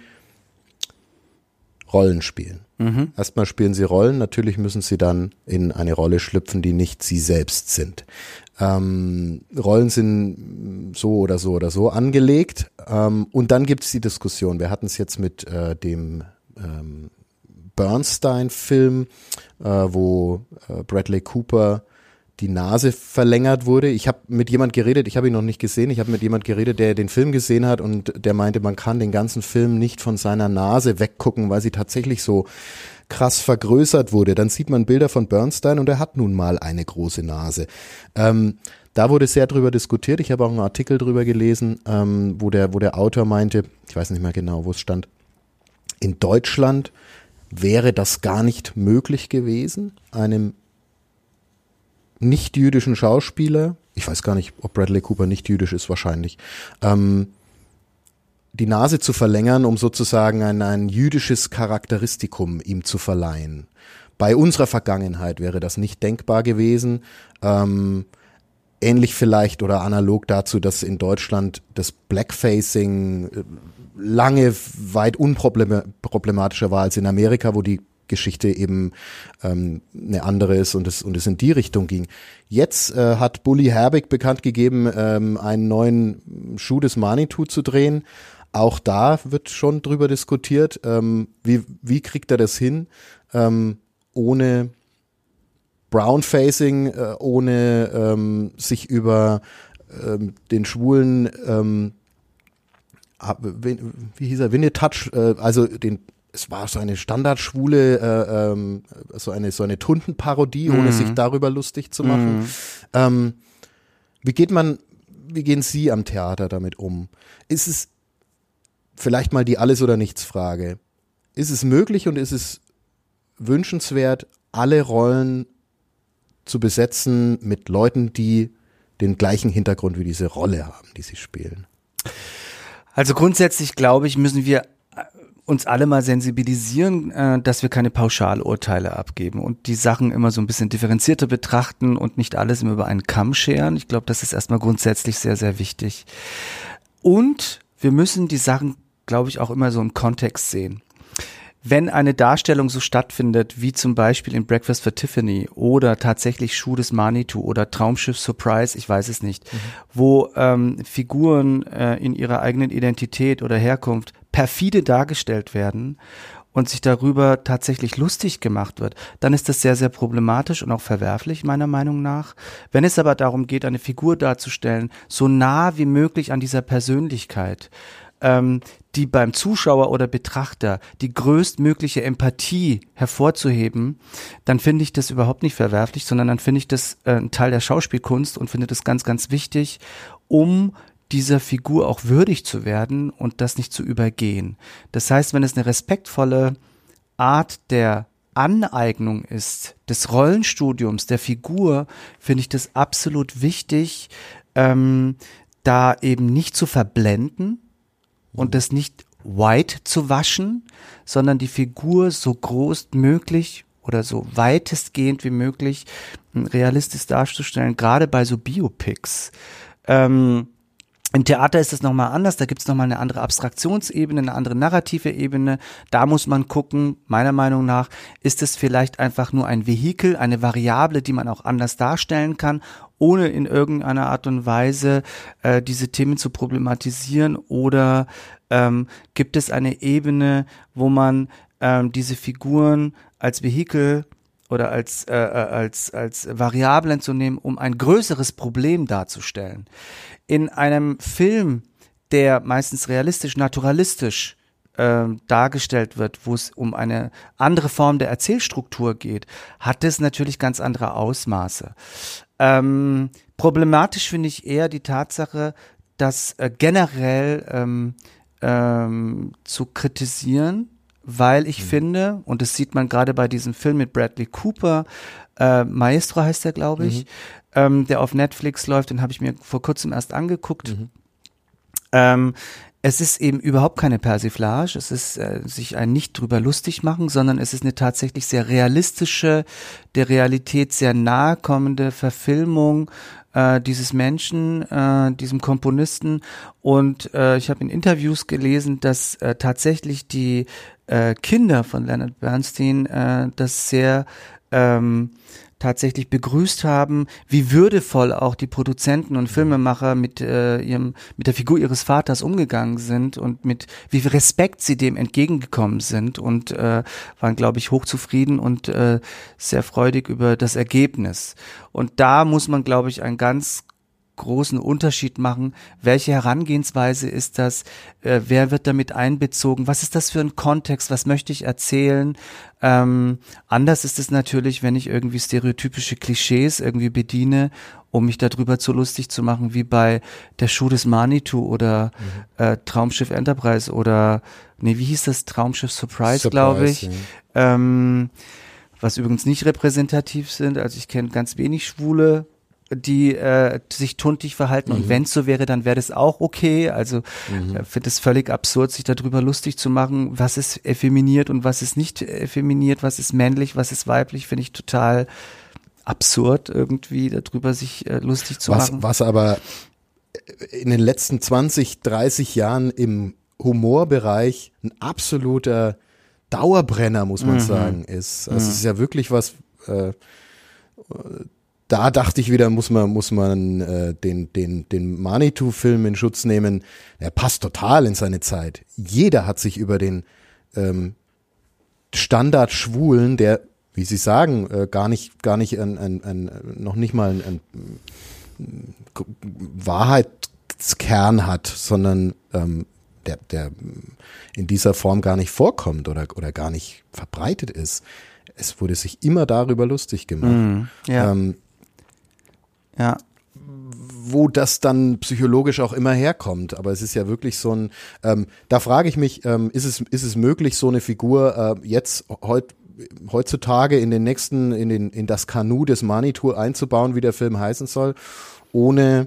Rollen spielen. Erstmal spielen sie Rollen, natürlich müssen sie dann in eine Rolle schlüpfen, die nicht sie selbst sind. Rollen sind so oder so angelegt und dann gibt es die Diskussion. Wir hatten es jetzt mit dem Bernstein-Film, wo Bradley Cooper die Nase verlängert wurde. Ich habe mit jemand geredet, ich habe ihn noch nicht gesehen, ich habe mit jemand geredet, der den Film gesehen hat und der meinte, man kann den ganzen Film nicht von seiner Nase weggucken, weil sie tatsächlich so krass vergrößert wurde. Dann sieht man Bilder von Bernstein und er hat nun mal eine große Nase. Da wurde sehr drüber diskutiert. Ich habe auch einen Artikel drüber gelesen, wo der Autor meinte, ich weiß nicht mehr genau, wo es stand, in Deutschland wäre das gar nicht möglich gewesen, einem nicht-jüdischen Schauspieler, ich weiß gar nicht, ob Bradley Cooper nicht jüdisch ist, wahrscheinlich, die Nase zu verlängern, um sozusagen ein jüdisches Charakteristikum ihm zu verleihen. Bei unserer Vergangenheit wäre das nicht denkbar gewesen. Ähnlich vielleicht oder analog dazu, dass in Deutschland das Blackfacing lange weit unproblematischer war als in Amerika, wo die Geschichte eben eine andere ist und es in die Richtung ging. Jetzt hat Bully Herbig bekannt gegeben, einen neuen Schuh des Manitou zu drehen. Auch da wird schon drüber diskutiert, wie kriegt er das hin, ohne Brownfacing, ohne sich über den schwulen, wie hieß er, Winnetouch, also es war so eine standardschwule, so eine Tuntenparodie, ohne sich darüber lustig zu machen. Wie gehen Sie am Theater damit um? Ist es vielleicht mal die Alles- oder Nichts-Frage? Ist es möglich und ist es wünschenswert, alle Rollen zu besetzen mit Leuten, die den gleichen Hintergrund wie diese Rolle haben, die sie spielen? Also grundsätzlich, glaube ich, müssen wir uns alle mal sensibilisieren, dass wir keine Pauschalurteile abgeben und die Sachen immer so ein bisschen differenzierter betrachten und nicht alles immer über einen Kamm scheren. Ich glaube, das ist erstmal grundsätzlich sehr, sehr wichtig. Und wir müssen die Sachen, glaube ich, auch immer so im Kontext sehen. Wenn eine Darstellung so stattfindet, wie zum Beispiel in Breakfast for Tiffany oder tatsächlich Schuh des Manitou oder Traumschiff Surprise, ich weiß es nicht, wo Figuren in ihrer eigenen Identität oder Herkunft perfide dargestellt werden und sich darüber tatsächlich lustig gemacht wird, dann ist das sehr, sehr problematisch und auch verwerflich, meiner Meinung nach. Wenn es aber darum geht, eine Figur darzustellen, so nah wie möglich an dieser Persönlichkeit, die beim Zuschauer oder Betrachter die größtmögliche Empathie hervorzuheben, dann finde ich das überhaupt nicht verwerflich, sondern dann finde ich das ein Teil der Schauspielkunst und finde das ganz, ganz wichtig, um dieser Figur auch würdig zu werden und das nicht zu übergehen. Das heißt, wenn es eine respektvolle Art der Aneignung ist, des Rollenstudiums, der Figur, finde ich das absolut wichtig, da eben nicht zu verblenden und das nicht white zu waschen, sondern die Figur so groß möglich oder so weitestgehend wie möglich realistisch darzustellen, gerade bei so Biopics. Im Theater ist es nochmal anders, da gibt es nochmal eine andere Abstraktionsebene, eine andere narrative Ebene. Da muss man gucken, meiner Meinung nach, ist es vielleicht einfach nur ein Vehikel, eine Variable, die man auch anders darstellen kann, ohne in irgendeiner Art und Weise diese Themen zu problematisieren, oder gibt es eine Ebene, wo man diese Figuren als Vehikel oder als Variablen zu nehmen, um ein größeres Problem darzustellen. In einem Film, der meistens realistisch, naturalistisch dargestellt wird, wo es um eine andere Form der Erzählstruktur geht, hat es natürlich ganz andere Ausmaße. Problematisch finde ich eher die Tatsache, dass generell zu kritisieren, weil ich finde, und das sieht man gerade bei diesem Film mit Bradley Cooper, Maestro heißt der, glaube ich, der auf Netflix läuft, den habe ich mir vor kurzem erst angeguckt. Es ist eben überhaupt keine Persiflage, es ist sich ein nicht drüber lustig machen, sondern es ist eine tatsächlich sehr realistische, der Realität sehr nahe kommende Verfilmung dieses Menschen, diesem Komponisten. Und ich habe in Interviews gelesen, dass tatsächlich die Kinder von Leonard Bernstein das sehr tatsächlich begrüßt haben, wie würdevoll auch die Produzenten und Filmemacher mit der Figur ihres Vaters umgegangen sind und mit wie viel Respekt sie dem entgegengekommen sind, und waren, glaube ich, hochzufrieden und sehr freudig über das Ergebnis. Und da muss man, glaube ich, einen ganz großen Unterschied machen. Welche Herangehensweise ist das? Wer wird damit einbezogen? Was ist das für ein Kontext? Was möchte ich erzählen? Anders ist es natürlich, wenn ich irgendwie stereotypische Klischees irgendwie bediene, um mich darüber zu lustig zu machen, wie bei Der Schuh des Manitou oder Traumschiff Enterprise oder, nee, wie hieß das? Traumschiff Surprise, glaube ich. Ja. Was übrigens nicht repräsentativ sind. Also ich kenne ganz wenig Schwule, die sich tuntig verhalten, und wenn es so wäre, dann wäre das auch okay. Also finde es völlig absurd, sich darüber lustig zu machen, was ist effeminiert und was ist nicht effeminiert, was ist männlich, was ist weiblich, finde ich total absurd, irgendwie darüber sich lustig zu machen. Was aber in den letzten 20, 30 Jahren im Humorbereich ein absoluter Dauerbrenner, muss man sagen, ist. Also es ist ja wirklich was, da dachte ich wieder, muss man den Manitou-Film in Schutz nehmen. Er passt total in seine Zeit. Jeder hat sich über den Standard-Schwulen, der, wie Sie sagen, gar nicht noch nicht mal ein Wahrheitskern hat, sondern der in dieser Form gar nicht vorkommt oder gar nicht verbreitet ist. Es wurde sich immer darüber lustig gemacht. Ja. Ja. Wo das dann psychologisch auch immer herkommt. Aber es ist ja wirklich so ein, da frage ich mich, ist es möglich, so eine Figur jetzt heutzutage in das Kanu des Manitou einzubauen, wie der Film heißen soll, ohne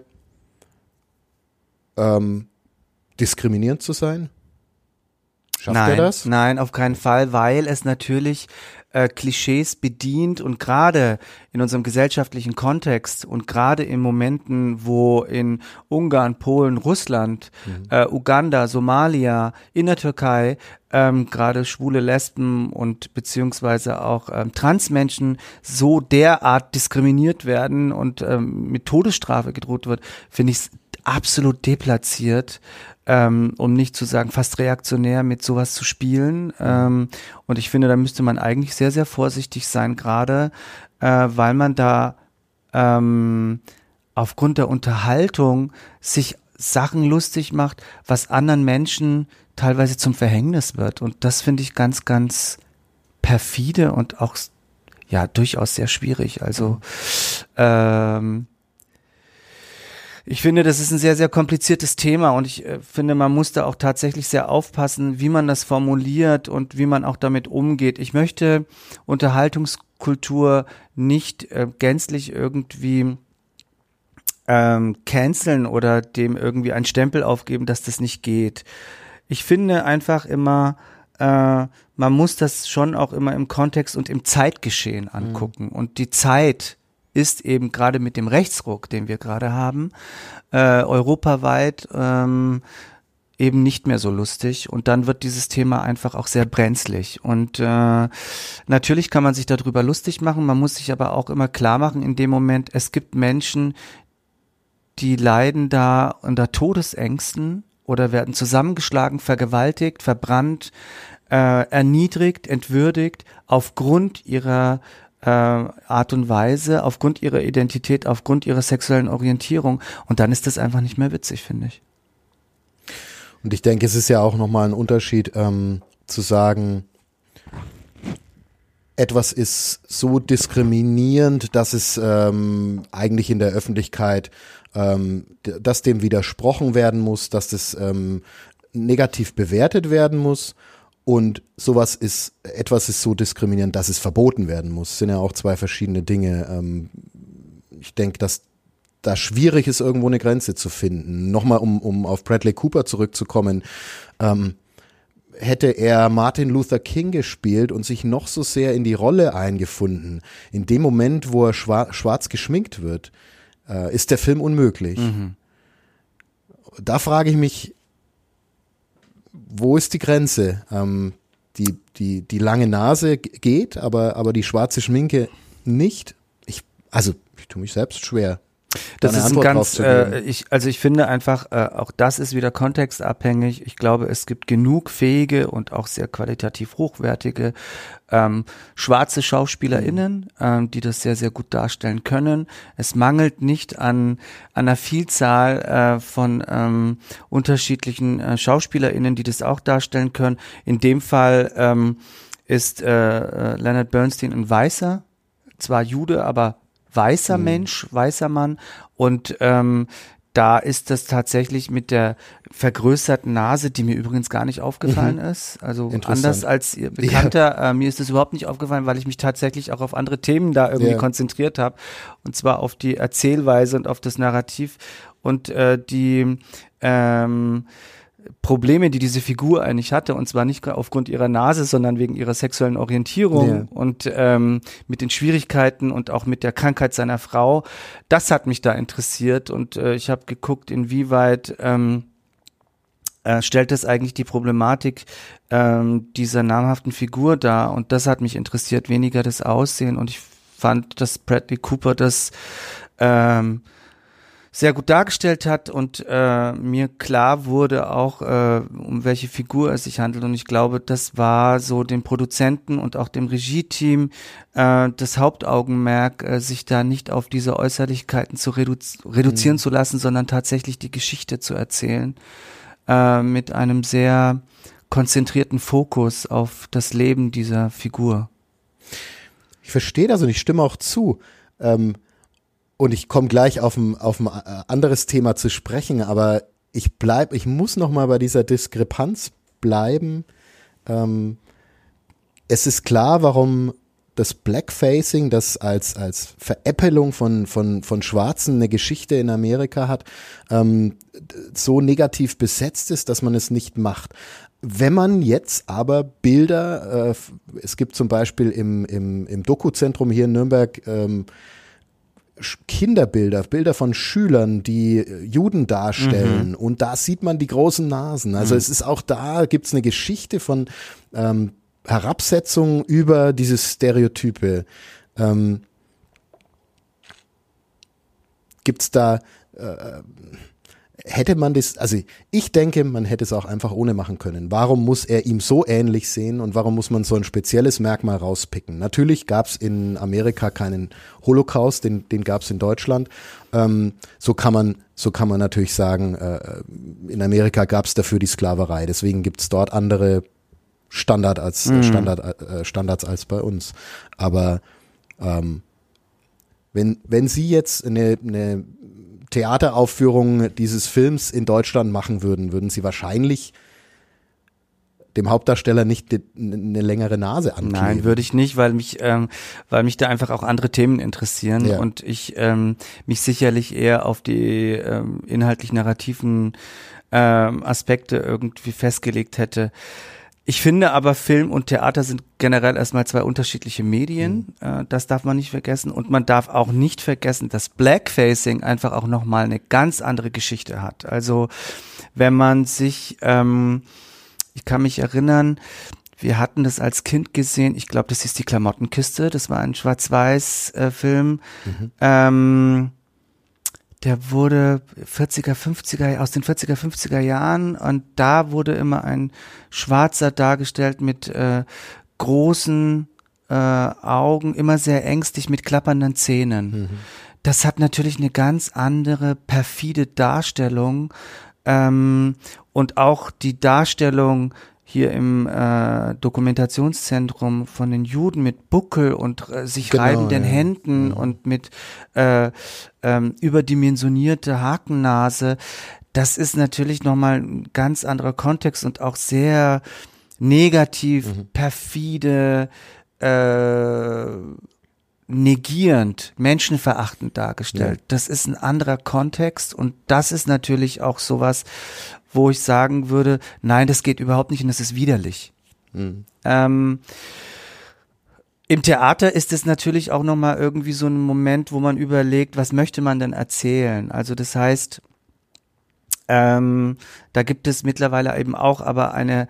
diskriminierend zu sein? Schafft er das? Nein, auf keinen Fall, weil es natürlich Klischees bedient, und gerade in unserem gesellschaftlichen Kontext und gerade in Momenten, wo in Ungarn, Polen, Russland, Uganda, Somalia, in der Türkei gerade schwule Lesben und beziehungsweise auch Transmenschen so derart diskriminiert werden und mit Todesstrafe gedroht wird, finde ich es absolut deplatziert, um nicht zu sagen fast reaktionär, mit sowas zu spielen. Und ich finde, da müsste man eigentlich sehr, sehr vorsichtig sein, gerade weil man da aufgrund der Unterhaltung sich Sachen lustig macht, was anderen Menschen teilweise zum Verhängnis wird. Und das finde ich ganz, ganz perfide und auch ja durchaus sehr schwierig. Also Ich finde, das ist ein sehr, sehr kompliziertes Thema und ich finde, man muss da auch tatsächlich sehr aufpassen, wie man das formuliert und wie man auch damit umgeht. Ich möchte Unterhaltungskultur nicht gänzlich irgendwie canceln oder dem irgendwie einen Stempel aufgeben, dass das nicht geht. Ich finde einfach immer, man muss das schon auch immer im Kontext und im Zeitgeschehen angucken. Und die Zeit ist eben gerade mit dem Rechtsruck, den wir gerade haben, europaweit eben nicht mehr so lustig. Und dann wird dieses Thema einfach auch sehr brenzlig. Und natürlich kann man sich darüber lustig machen, man muss sich aber auch immer klar machen in dem Moment, es gibt Menschen, die leiden da unter Todesängsten oder werden zusammengeschlagen, vergewaltigt, verbrannt, erniedrigt, entwürdigt aufgrund ihrer Art und Weise, aufgrund ihrer Identität, aufgrund ihrer sexuellen Orientierung. Und dann ist das einfach nicht mehr witzig, finde ich. Und ich denke, es ist ja auch nochmal ein Unterschied, zu sagen, etwas ist so diskriminierend, dass es eigentlich in der Öffentlichkeit, dass dem widersprochen werden muss, dass das negativ bewertet werden muss. Und etwas ist so diskriminierend, dass es verboten werden muss. Das sind ja auch zwei verschiedene Dinge. Ich denke, dass da schwierig ist, irgendwo eine Grenze zu finden. Nochmal, um auf Bradley Cooper zurückzukommen. Hätte er Martin Luther King gespielt und sich noch so sehr in die Rolle eingefunden, in dem Moment, wo er schwarz geschminkt wird, ist der Film unmöglich. Mhm. Da frage ich mich, wo ist die Grenze? Die lange Nase geht, aber die schwarze Schminke nicht. Ich tue mich selbst schwer. Das ist ein ganz, ich finde einfach, auch das ist wieder kontextabhängig. Ich glaube, es gibt genug fähige und auch sehr qualitativ hochwertige schwarze SchauspielerInnen, die das sehr, sehr gut darstellen können. Es mangelt nicht an einer Vielzahl von unterschiedlichen SchauspielerInnen, die das auch darstellen können. In dem Fall ist Leonard Bernstein ein Weißer, zwar Jude, aber weißer Mensch, weißer Mann und da ist das tatsächlich mit der vergrößerten Nase, die mir übrigens gar nicht aufgefallen ist, also anders als ihr Bekannter, mir ist das überhaupt nicht aufgefallen, weil ich mich tatsächlich auch auf andere Themen da irgendwie konzentriert habe und zwar auf die Erzählweise und auf das Narrativ und die Probleme, die diese Figur eigentlich hatte, und zwar nicht aufgrund ihrer Nase, sondern wegen ihrer sexuellen Orientierung und mit den Schwierigkeiten und auch mit der Krankheit seiner Frau. Das hat mich da interessiert und ich habe geguckt, inwieweit stellt das eigentlich die Problematik dieser namhaften Figur dar und das hat mich interessiert, weniger das Aussehen und ich fand, dass Bradley Cooper das sehr gut dargestellt hat und mir klar wurde auch, um welche Figur es sich handelt und ich glaube, das war so dem Produzenten und auch dem Regie-Team das Hauptaugenmerk, sich da nicht auf diese Äußerlichkeiten zu reduzieren zu lassen, sondern tatsächlich die Geschichte zu erzählen mit einem sehr konzentrierten Fokus auf das Leben dieser Figur. Ich verstehe das und ich stimme auch zu. Und ich komme gleich auf ein anderes Thema zu sprechen, aber ich muss noch mal bei dieser Diskrepanz bleiben. Es ist klar, warum das Blackfacing, das als Veräppelung von Schwarzen eine Geschichte in Amerika hat, so negativ besetzt ist, dass man es nicht macht. Wenn man jetzt aber Bilder, es gibt zum Beispiel im Doku-Zentrum hier in Nürnberg Bilder von Schülern, die Juden darstellen und da sieht man die großen Nasen. Also es ist auch da, gibt's eine Geschichte von Herabsetzung über dieses Stereotype. Gibt's da hätte man das, also ich denke, man hätte es auch einfach ohne machen können. Warum muss er ihm so ähnlich sehen und warum muss man so ein spezielles Merkmal rauspicken? Natürlich gab es in Amerika keinen Holocaust, den gab es in Deutschland. So kann man natürlich sagen, in Amerika gab es dafür die Sklaverei. Deswegen gibt es dort andere Standards als bei uns. Aber wenn Sie jetzt eine Theateraufführung dieses Films in Deutschland machen würden, würden Sie wahrscheinlich dem Hauptdarsteller nicht eine längere Nase ankleben. Nein, würde ich nicht, weil mich da einfach auch andere Themen interessieren und ich mich sicherlich eher auf die inhaltlich narrativen Aspekte irgendwie festgelegt hätte. Ich finde aber, Film und Theater sind generell erstmal zwei unterschiedliche Medien. Das darf man nicht vergessen. Und man darf auch nicht vergessen, dass Blackfacing einfach auch nochmal eine ganz andere Geschichte hat. Also wenn man sich, ich kann mich erinnern, wir hatten das als Kind gesehen. Ich glaube, das hieß die Klamottenkiste. Das war ein Schwarz-Weiß-Film. Der wurde aus den 40er, 50er Jahren und da wurde immer ein Schwarzer dargestellt mit großen Augen, immer sehr ängstlich mit klappernden Zähnen. Das hat natürlich eine ganz andere perfide Darstellung und auch die Darstellung hier im Dokumentationszentrum von den Juden mit Buckel und sich reibenden Händen und mit überdimensionierte Hakennase, das ist natürlich nochmal ein ganz anderer Kontext und auch sehr negativ, perfide, negierend, menschenverachtend dargestellt. Ja. Das ist ein anderer Kontext und das ist natürlich auch sowas, wo ich sagen würde, nein, das geht überhaupt nicht und das ist widerlich. Im Theater ist es natürlich auch nochmal irgendwie so ein Moment, wo man überlegt, was möchte man denn erzählen? Also das heißt, da gibt es mittlerweile eben auch aber einen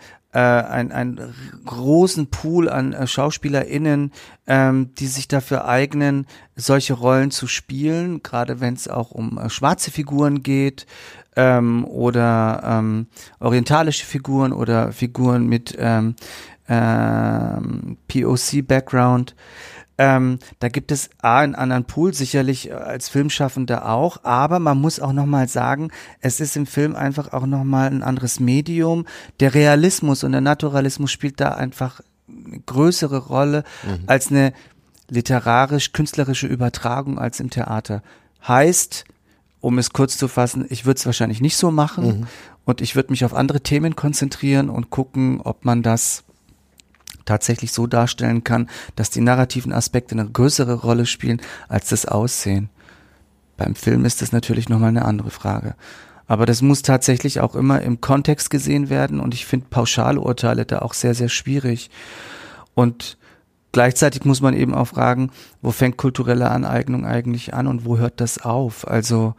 großen Pool an SchauspielerInnen, die sich dafür eignen, solche Rollen zu spielen, gerade wenn es auch um schwarze Figuren geht oder orientalische Figuren oder Figuren mit POC-Background. Da gibt es einen anderen Pool, sicherlich als Filmschaffender auch, aber man muss auch nochmal sagen, es ist im Film einfach auch nochmal ein anderes Medium. Der Realismus und der Naturalismus spielt da einfach eine größere Rolle als eine literarisch-künstlerische Übertragung als im Theater. Heißt, um es kurz zu fassen, ich würde es wahrscheinlich nicht so machen und ich würde mich auf andere Themen konzentrieren und gucken, ob man das tatsächlich so darstellen kann, dass die narrativen Aspekte eine größere Rolle spielen als das Aussehen. Beim Film ist das natürlich nochmal eine andere Frage. Aber das muss tatsächlich auch immer im Kontext gesehen werden und ich finde Pauschalurteile da auch sehr, sehr schwierig. Und gleichzeitig muss man eben auch fragen, wo fängt kulturelle Aneignung eigentlich an und wo hört das auf? Also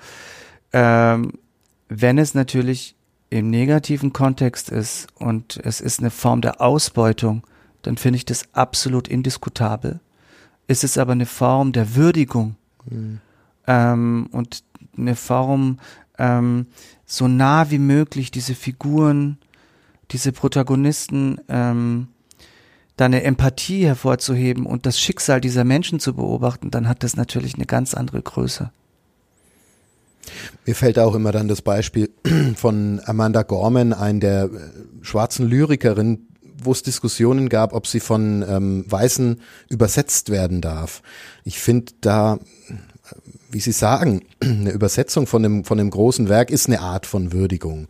wenn es natürlich im negativen Kontext ist und es ist eine Form der Ausbeutung, dann finde ich das absolut indiskutabel. Ist es aber eine Form der Würdigung und eine Form, so nah wie möglich diese Figuren, diese Protagonisten, da eine Empathie hervorzuheben und das Schicksal dieser Menschen zu beobachten, dann hat das natürlich eine ganz andere Größe. Mir fällt auch immer dann das Beispiel von Amanda Gorman ein, der schwarzen Lyrikerin, wo es Diskussionen gab, ob sie von Weißen übersetzt werden darf. Ich finde da, wie Sie sagen, eine Übersetzung von dem großen Werk ist eine Art von Würdigung.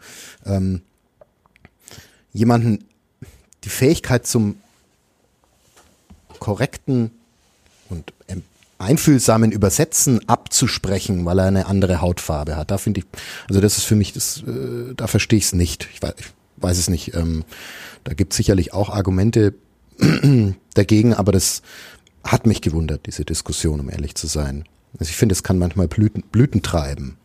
Jemanden die Fähigkeit zum korrekten und einfühlsamen Übersetzen abzusprechen, weil er eine andere Hautfarbe hat. Da finde ich, also das ist für mich, da verstehe ich es nicht. Ich weiß es nicht. Da gibt es sicherlich auch Argumente dagegen, aber das hat mich gewundert, diese Diskussion, um ehrlich zu sein. Also ich finde, es kann manchmal Blüten treiben.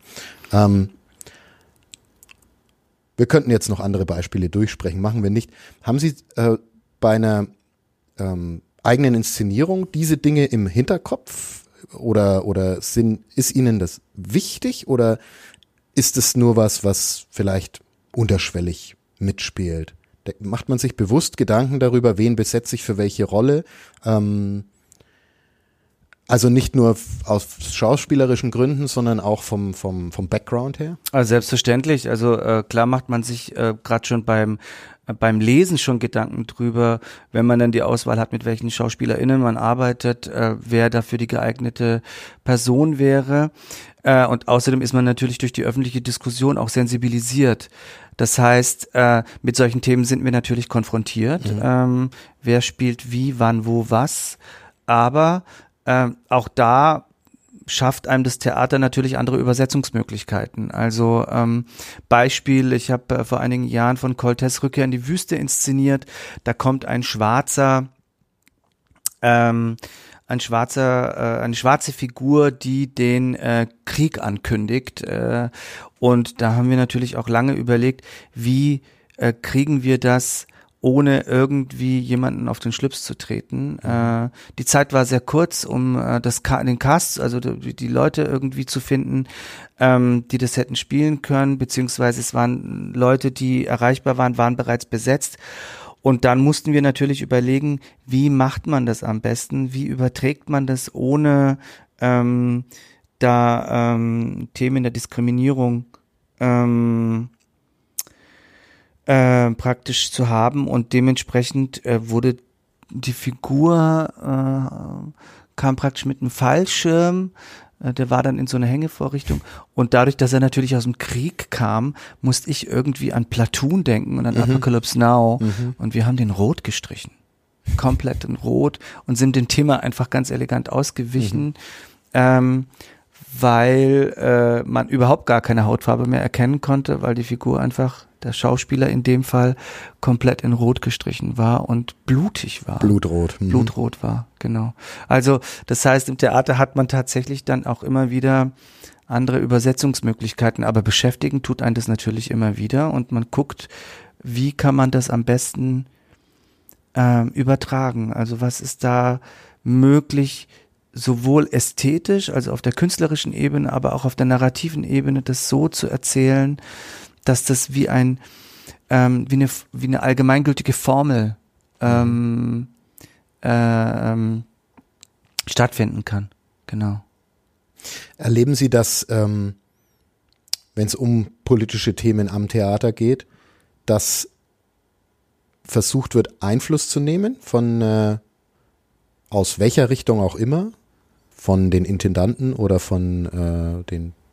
Wir könnten jetzt noch andere Beispiele durchsprechen, machen wir nicht. Haben Sie bei einer eigenen Inszenierung diese Dinge im Hinterkopf oder ist Ihnen das wichtig oder ist es nur was vielleicht unterschwellig mitspielt? Da macht man sich bewusst Gedanken darüber, wen besetze ich für welche Rolle. Also nicht nur aus schauspielerischen Gründen, sondern auch vom Background her? Also selbstverständlich. Also klar macht man sich gerade schon beim Lesen schon Gedanken drüber, wenn man dann die Auswahl hat, mit welchen SchauspielerInnen man arbeitet, wer dafür die geeignete Person wäre. Und außerdem ist man natürlich durch die öffentliche Diskussion auch sensibilisiert. Das heißt, mit solchen Themen sind wir natürlich konfrontiert. Wer spielt wie, wann, wo, was. Aber auch da schafft einem das Theater natürlich andere Übersetzungsmöglichkeiten. Also Beispiel, ich habe vor einigen Jahren von Coltés Rückkehr in die Wüste inszeniert. Da kommt eine schwarze Figur, die den Krieg ankündigt. Und da haben wir natürlich auch lange überlegt, wie kriegen wir das, ohne irgendwie jemanden auf den Schlips zu treten. Die Zeit war sehr kurz, um den Cast, also die Leute irgendwie zu finden, die das hätten spielen können, beziehungsweise es waren Leute, die erreichbar waren bereits besetzt. Und dann mussten wir natürlich überlegen, wie macht man das am besten, wie überträgt man das, ohne Themen der Diskriminierung praktisch zu haben, und dementsprechend wurde die Figur kam praktisch mit einem Fallschirm, der war dann in so einer Hängevorrichtung, und dadurch, dass er natürlich aus dem Krieg kam, musste ich irgendwie an Platoon denken und an Apocalypse Now, und wir haben den rot gestrichen, komplett in rot, und sind dem Thema einfach ganz elegant ausgewichen, weil man überhaupt gar keine Hautfarbe mehr erkennen konnte, weil die Figur einfach, der Schauspieler in dem Fall, komplett in Rot gestrichen war und blutig war. Blutrot. Blutrot war, genau. Also das heißt, im Theater hat man tatsächlich dann auch immer wieder andere Übersetzungsmöglichkeiten, aber beschäftigen tut einen das natürlich immer wieder, und man guckt, wie kann man das am besten übertragen. Also was ist da möglich, sowohl ästhetisch, also auf der künstlerischen Ebene, aber auch auf der narrativen Ebene, das so zu erzählen, dass das wie eine allgemeingültige Formel stattfinden kann. Genau. Erleben Sie das, wenn es um politische Themen am Theater geht, dass versucht wird, Einfluss zu nehmen von aus welcher Richtung auch immer, von den Intendanten oder von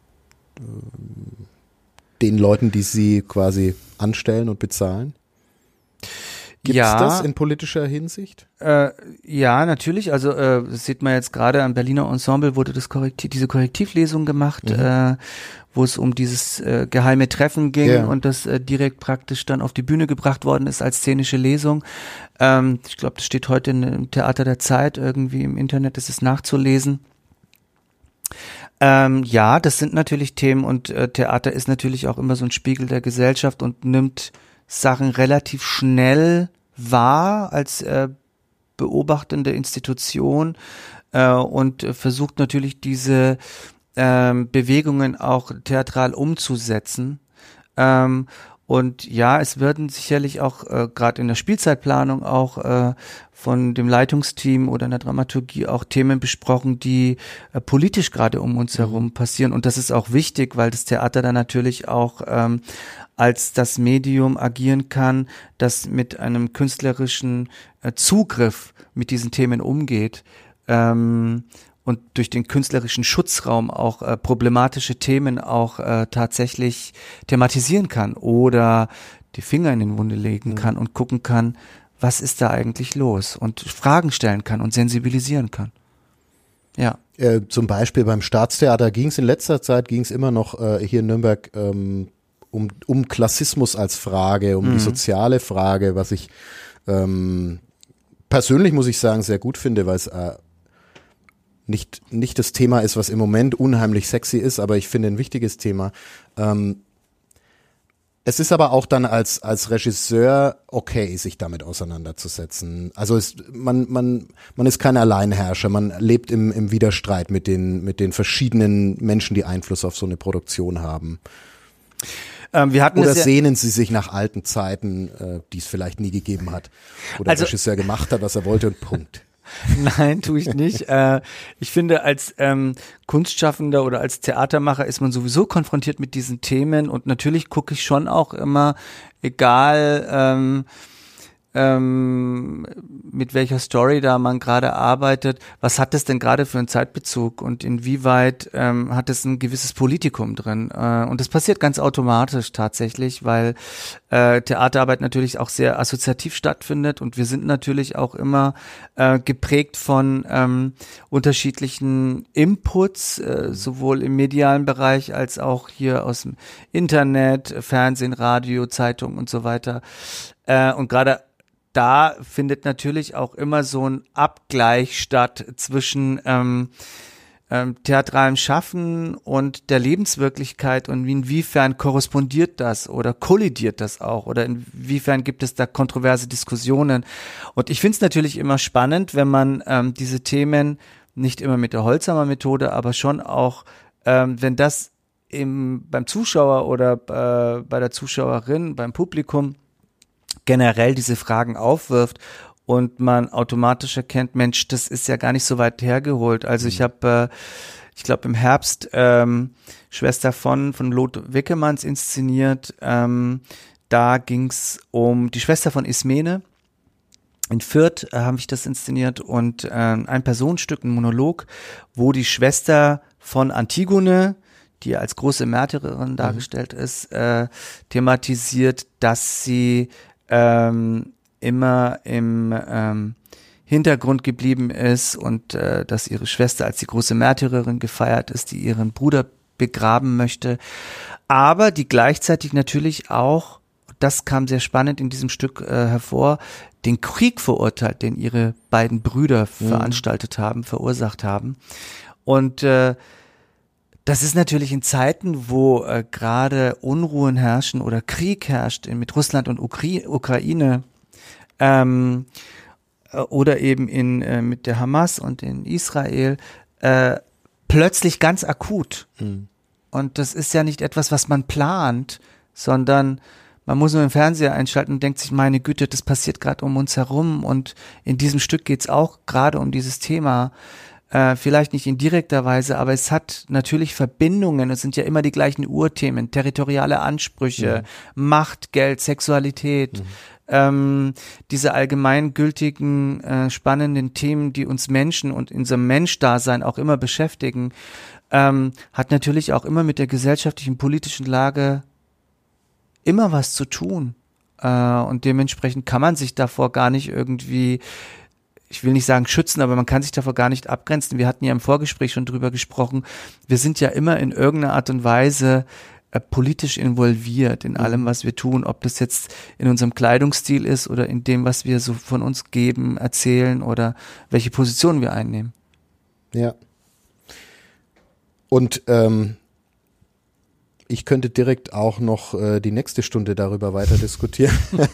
den Leuten, die sie quasi anstellen und bezahlen? Gibt es das in politischer Hinsicht? Ja, natürlich. Also das sieht man jetzt gerade am Berliner Ensemble, wurde diese Korrektivlesung gemacht, wo es um dieses geheime Treffen ging und das direkt praktisch dann auf die Bühne gebracht worden ist als szenische Lesung. Ich glaube, das steht heute im Theater der Zeit, irgendwie im Internet ist es nachzulesen. Ja, das sind natürlich Themen, und Theater ist natürlich auch immer so ein Spiegel der Gesellschaft und nimmt Sachen relativ schnell wahr als beobachtende Institution und versucht natürlich diese Bewegungen auch theatral umzusetzen. Und ja, es werden sicherlich auch gerade in der Spielzeitplanung auch von dem Leitungsteam oder in der Dramaturgie auch Themen besprochen, die politisch gerade um uns herum passieren. Und das ist auch wichtig, weil das Theater dann natürlich auch als das Medium agieren kann, das mit einem künstlerischen Zugriff mit diesen Themen umgeht. Und durch den künstlerischen Schutzraum auch problematische Themen auch tatsächlich thematisieren kann oder die Finger in den Wunde legen kann und gucken kann, was ist da eigentlich los, und Fragen stellen kann und sensibilisieren kann. Ja. Zum Beispiel beim Staatstheater ging es in letzter Zeit immer noch hier in Nürnberg um Klassismus als Frage, um die soziale Frage, was ich persönlich, muss ich sagen, sehr gut finde, weil es nicht das Thema ist, was im Moment unheimlich sexy ist, aber ich finde ein wichtiges Thema. Es ist aber auch dann als Regisseur okay, sich damit auseinanderzusetzen. Also man ist kein Alleinherrscher, man lebt im Widerstreit mit den verschiedenen Menschen, die Einfluss auf so eine Produktion haben. Oder sehnen Sie sich nach alten Zeiten, die es vielleicht nie gegeben hat, wo der Regisseur gemacht hat, was er wollte, und Punkt. Nein, tue ich nicht. Ich finde, als Kunstschaffender oder als Theatermacher ist man sowieso konfrontiert mit diesen Themen und natürlich gucke ich schon auch immer, egal mit welcher Story da man gerade arbeitet, was hat das denn gerade für einen Zeitbezug und inwieweit hat es ein gewisses Politikum drin? Und das passiert ganz automatisch tatsächlich, weil Theaterarbeit natürlich auch sehr assoziativ stattfindet und wir sind natürlich auch immer geprägt von unterschiedlichen Inputs, sowohl im medialen Bereich als auch hier aus dem Internet, Fernsehen, Radio, Zeitung und so weiter. Und gerade da findet natürlich auch immer so ein Abgleich statt zwischen theatralem Schaffen und der Lebenswirklichkeit und inwiefern korrespondiert das oder kollidiert das auch oder inwiefern gibt es da kontroverse Diskussionen. Und ich finde es natürlich immer spannend, wenn man diese Themen nicht immer mit der Holzhammer Methode, aber schon auch, wenn das beim Zuschauer oder bei der Zuschauerin, beim Publikum generell diese Fragen aufwirft und man automatisch erkennt, Mensch, das ist ja gar nicht so weit hergeholt. Also ich habe, ich glaube im Herbst Schwester von Lot Wickemanns inszeniert. Da ging's um die Schwester von Ismene. In Fürth habe ich das inszeniert und ein Personenstück, ein Monolog, wo die Schwester von Antigone, die als große Märtyrerin dargestellt ist, thematisiert, dass sie immer im Hintergrund geblieben ist und dass ihre Schwester als die große Märtyrerin gefeiert ist, die ihren Bruder begraben möchte, aber die gleichzeitig natürlich auch, das kam sehr spannend in diesem Stück hervor, den Krieg verurteilt, den ihre beiden Brüder verursacht haben. Und das ist natürlich in Zeiten, wo gerade Unruhen herrschen oder Krieg herrscht mit Russland und Ukraine oder eben mit der Hamas und in Israel plötzlich ganz akut. Und das ist ja nicht etwas, was man plant, sondern man muss nur den Fernseher einschalten und denkt sich, meine Güte, das passiert gerade um uns herum und in diesem Stück geht's auch gerade um dieses Thema. Vielleicht nicht in direkter Weise, aber es hat natürlich Verbindungen. Es sind ja immer die gleichen Urthemen, territoriale Ansprüche, Macht, Geld, Sexualität, diese allgemeingültigen, spannenden Themen, die uns Menschen und in unserem Menschdasein auch immer beschäftigen, hat natürlich auch immer mit der gesellschaftlichen, politischen Lage immer was zu tun. Und dementsprechend kann man sich davor gar nicht irgendwie, ich will nicht sagen schützen, aber man kann sich davor gar nicht abgrenzen. Wir hatten ja im Vorgespräch schon drüber gesprochen. Wir sind ja immer in irgendeiner Art und Weise politisch involviert in allem, was wir tun. Ob das jetzt in unserem Kleidungsstil ist oder in dem, was wir so von uns geben, erzählen oder welche Position wir einnehmen. Ja. Und ich könnte direkt auch noch die nächste Stunde darüber weiter diskutieren,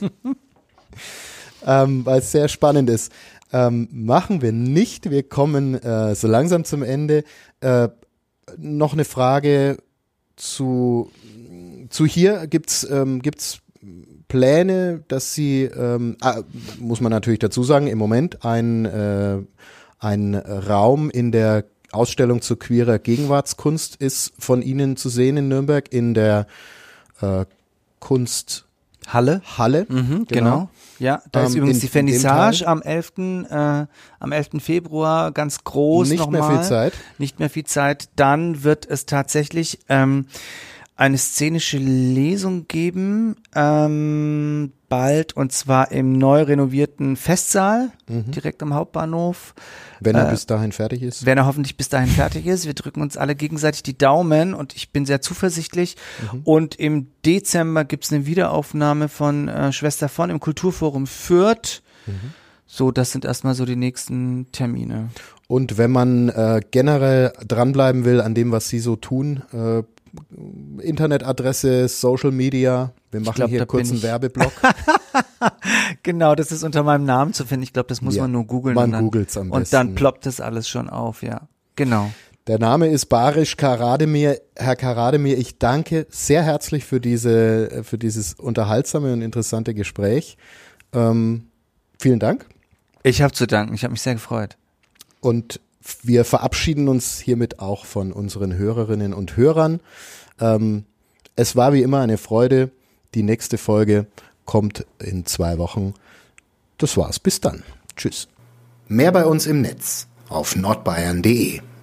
weil es sehr spannend ist. Machen wir nicht. Wir kommen so langsam zum Ende. Noch eine Frage zu hier. Gibt's Pläne, dass Sie, muss man natürlich dazu sagen, im Moment ein Raum in der Ausstellung zu queerer Gegenwartskunst ist von Ihnen zu sehen in Nürnberg in der Kunsthalle. Genau. Ja, da ist übrigens die Vernissage am 11. Februar ganz groß nochmal. Nicht mehr viel Zeit. Nicht mehr viel Zeit. Dann wird es tatsächlich eine szenische Lesung geben, bald, und zwar im neu renovierten Festsaal, direkt am Hauptbahnhof. Wenn er bis dahin fertig ist. Wenn er hoffentlich bis dahin fertig ist. Wir drücken uns alle gegenseitig die Daumen und ich bin sehr zuversichtlich. Und im Dezember gibt's eine Wiederaufnahme von Schwester von im Kulturforum Fürth. So, das sind erstmal so die nächsten Termine. Und wenn man generell dranbleiben will an dem, was Sie so tun, Internetadresse, Social Media, wir machen hier kurz einen Werbeblock. Genau, das ist unter meinem Namen zu finden. Ich glaube, das muss man nur googeln. Man googelt's am besten. Und dann ploppt das alles schon auf, ja. Genau. Der Name ist Barisch Karademir. Herr Karademir, ich danke sehr herzlich für dieses unterhaltsame und interessante Gespräch. Vielen Dank. Ich habe zu danken. Ich habe mich sehr gefreut. Und wir verabschieden uns hiermit auch von unseren Hörerinnen und Hörern. Es war wie immer eine Freude. Die nächste Folge kommt in 2 Wochen. Das war's. Bis dann. Tschüss. Mehr bei uns im Netz auf nordbayern.de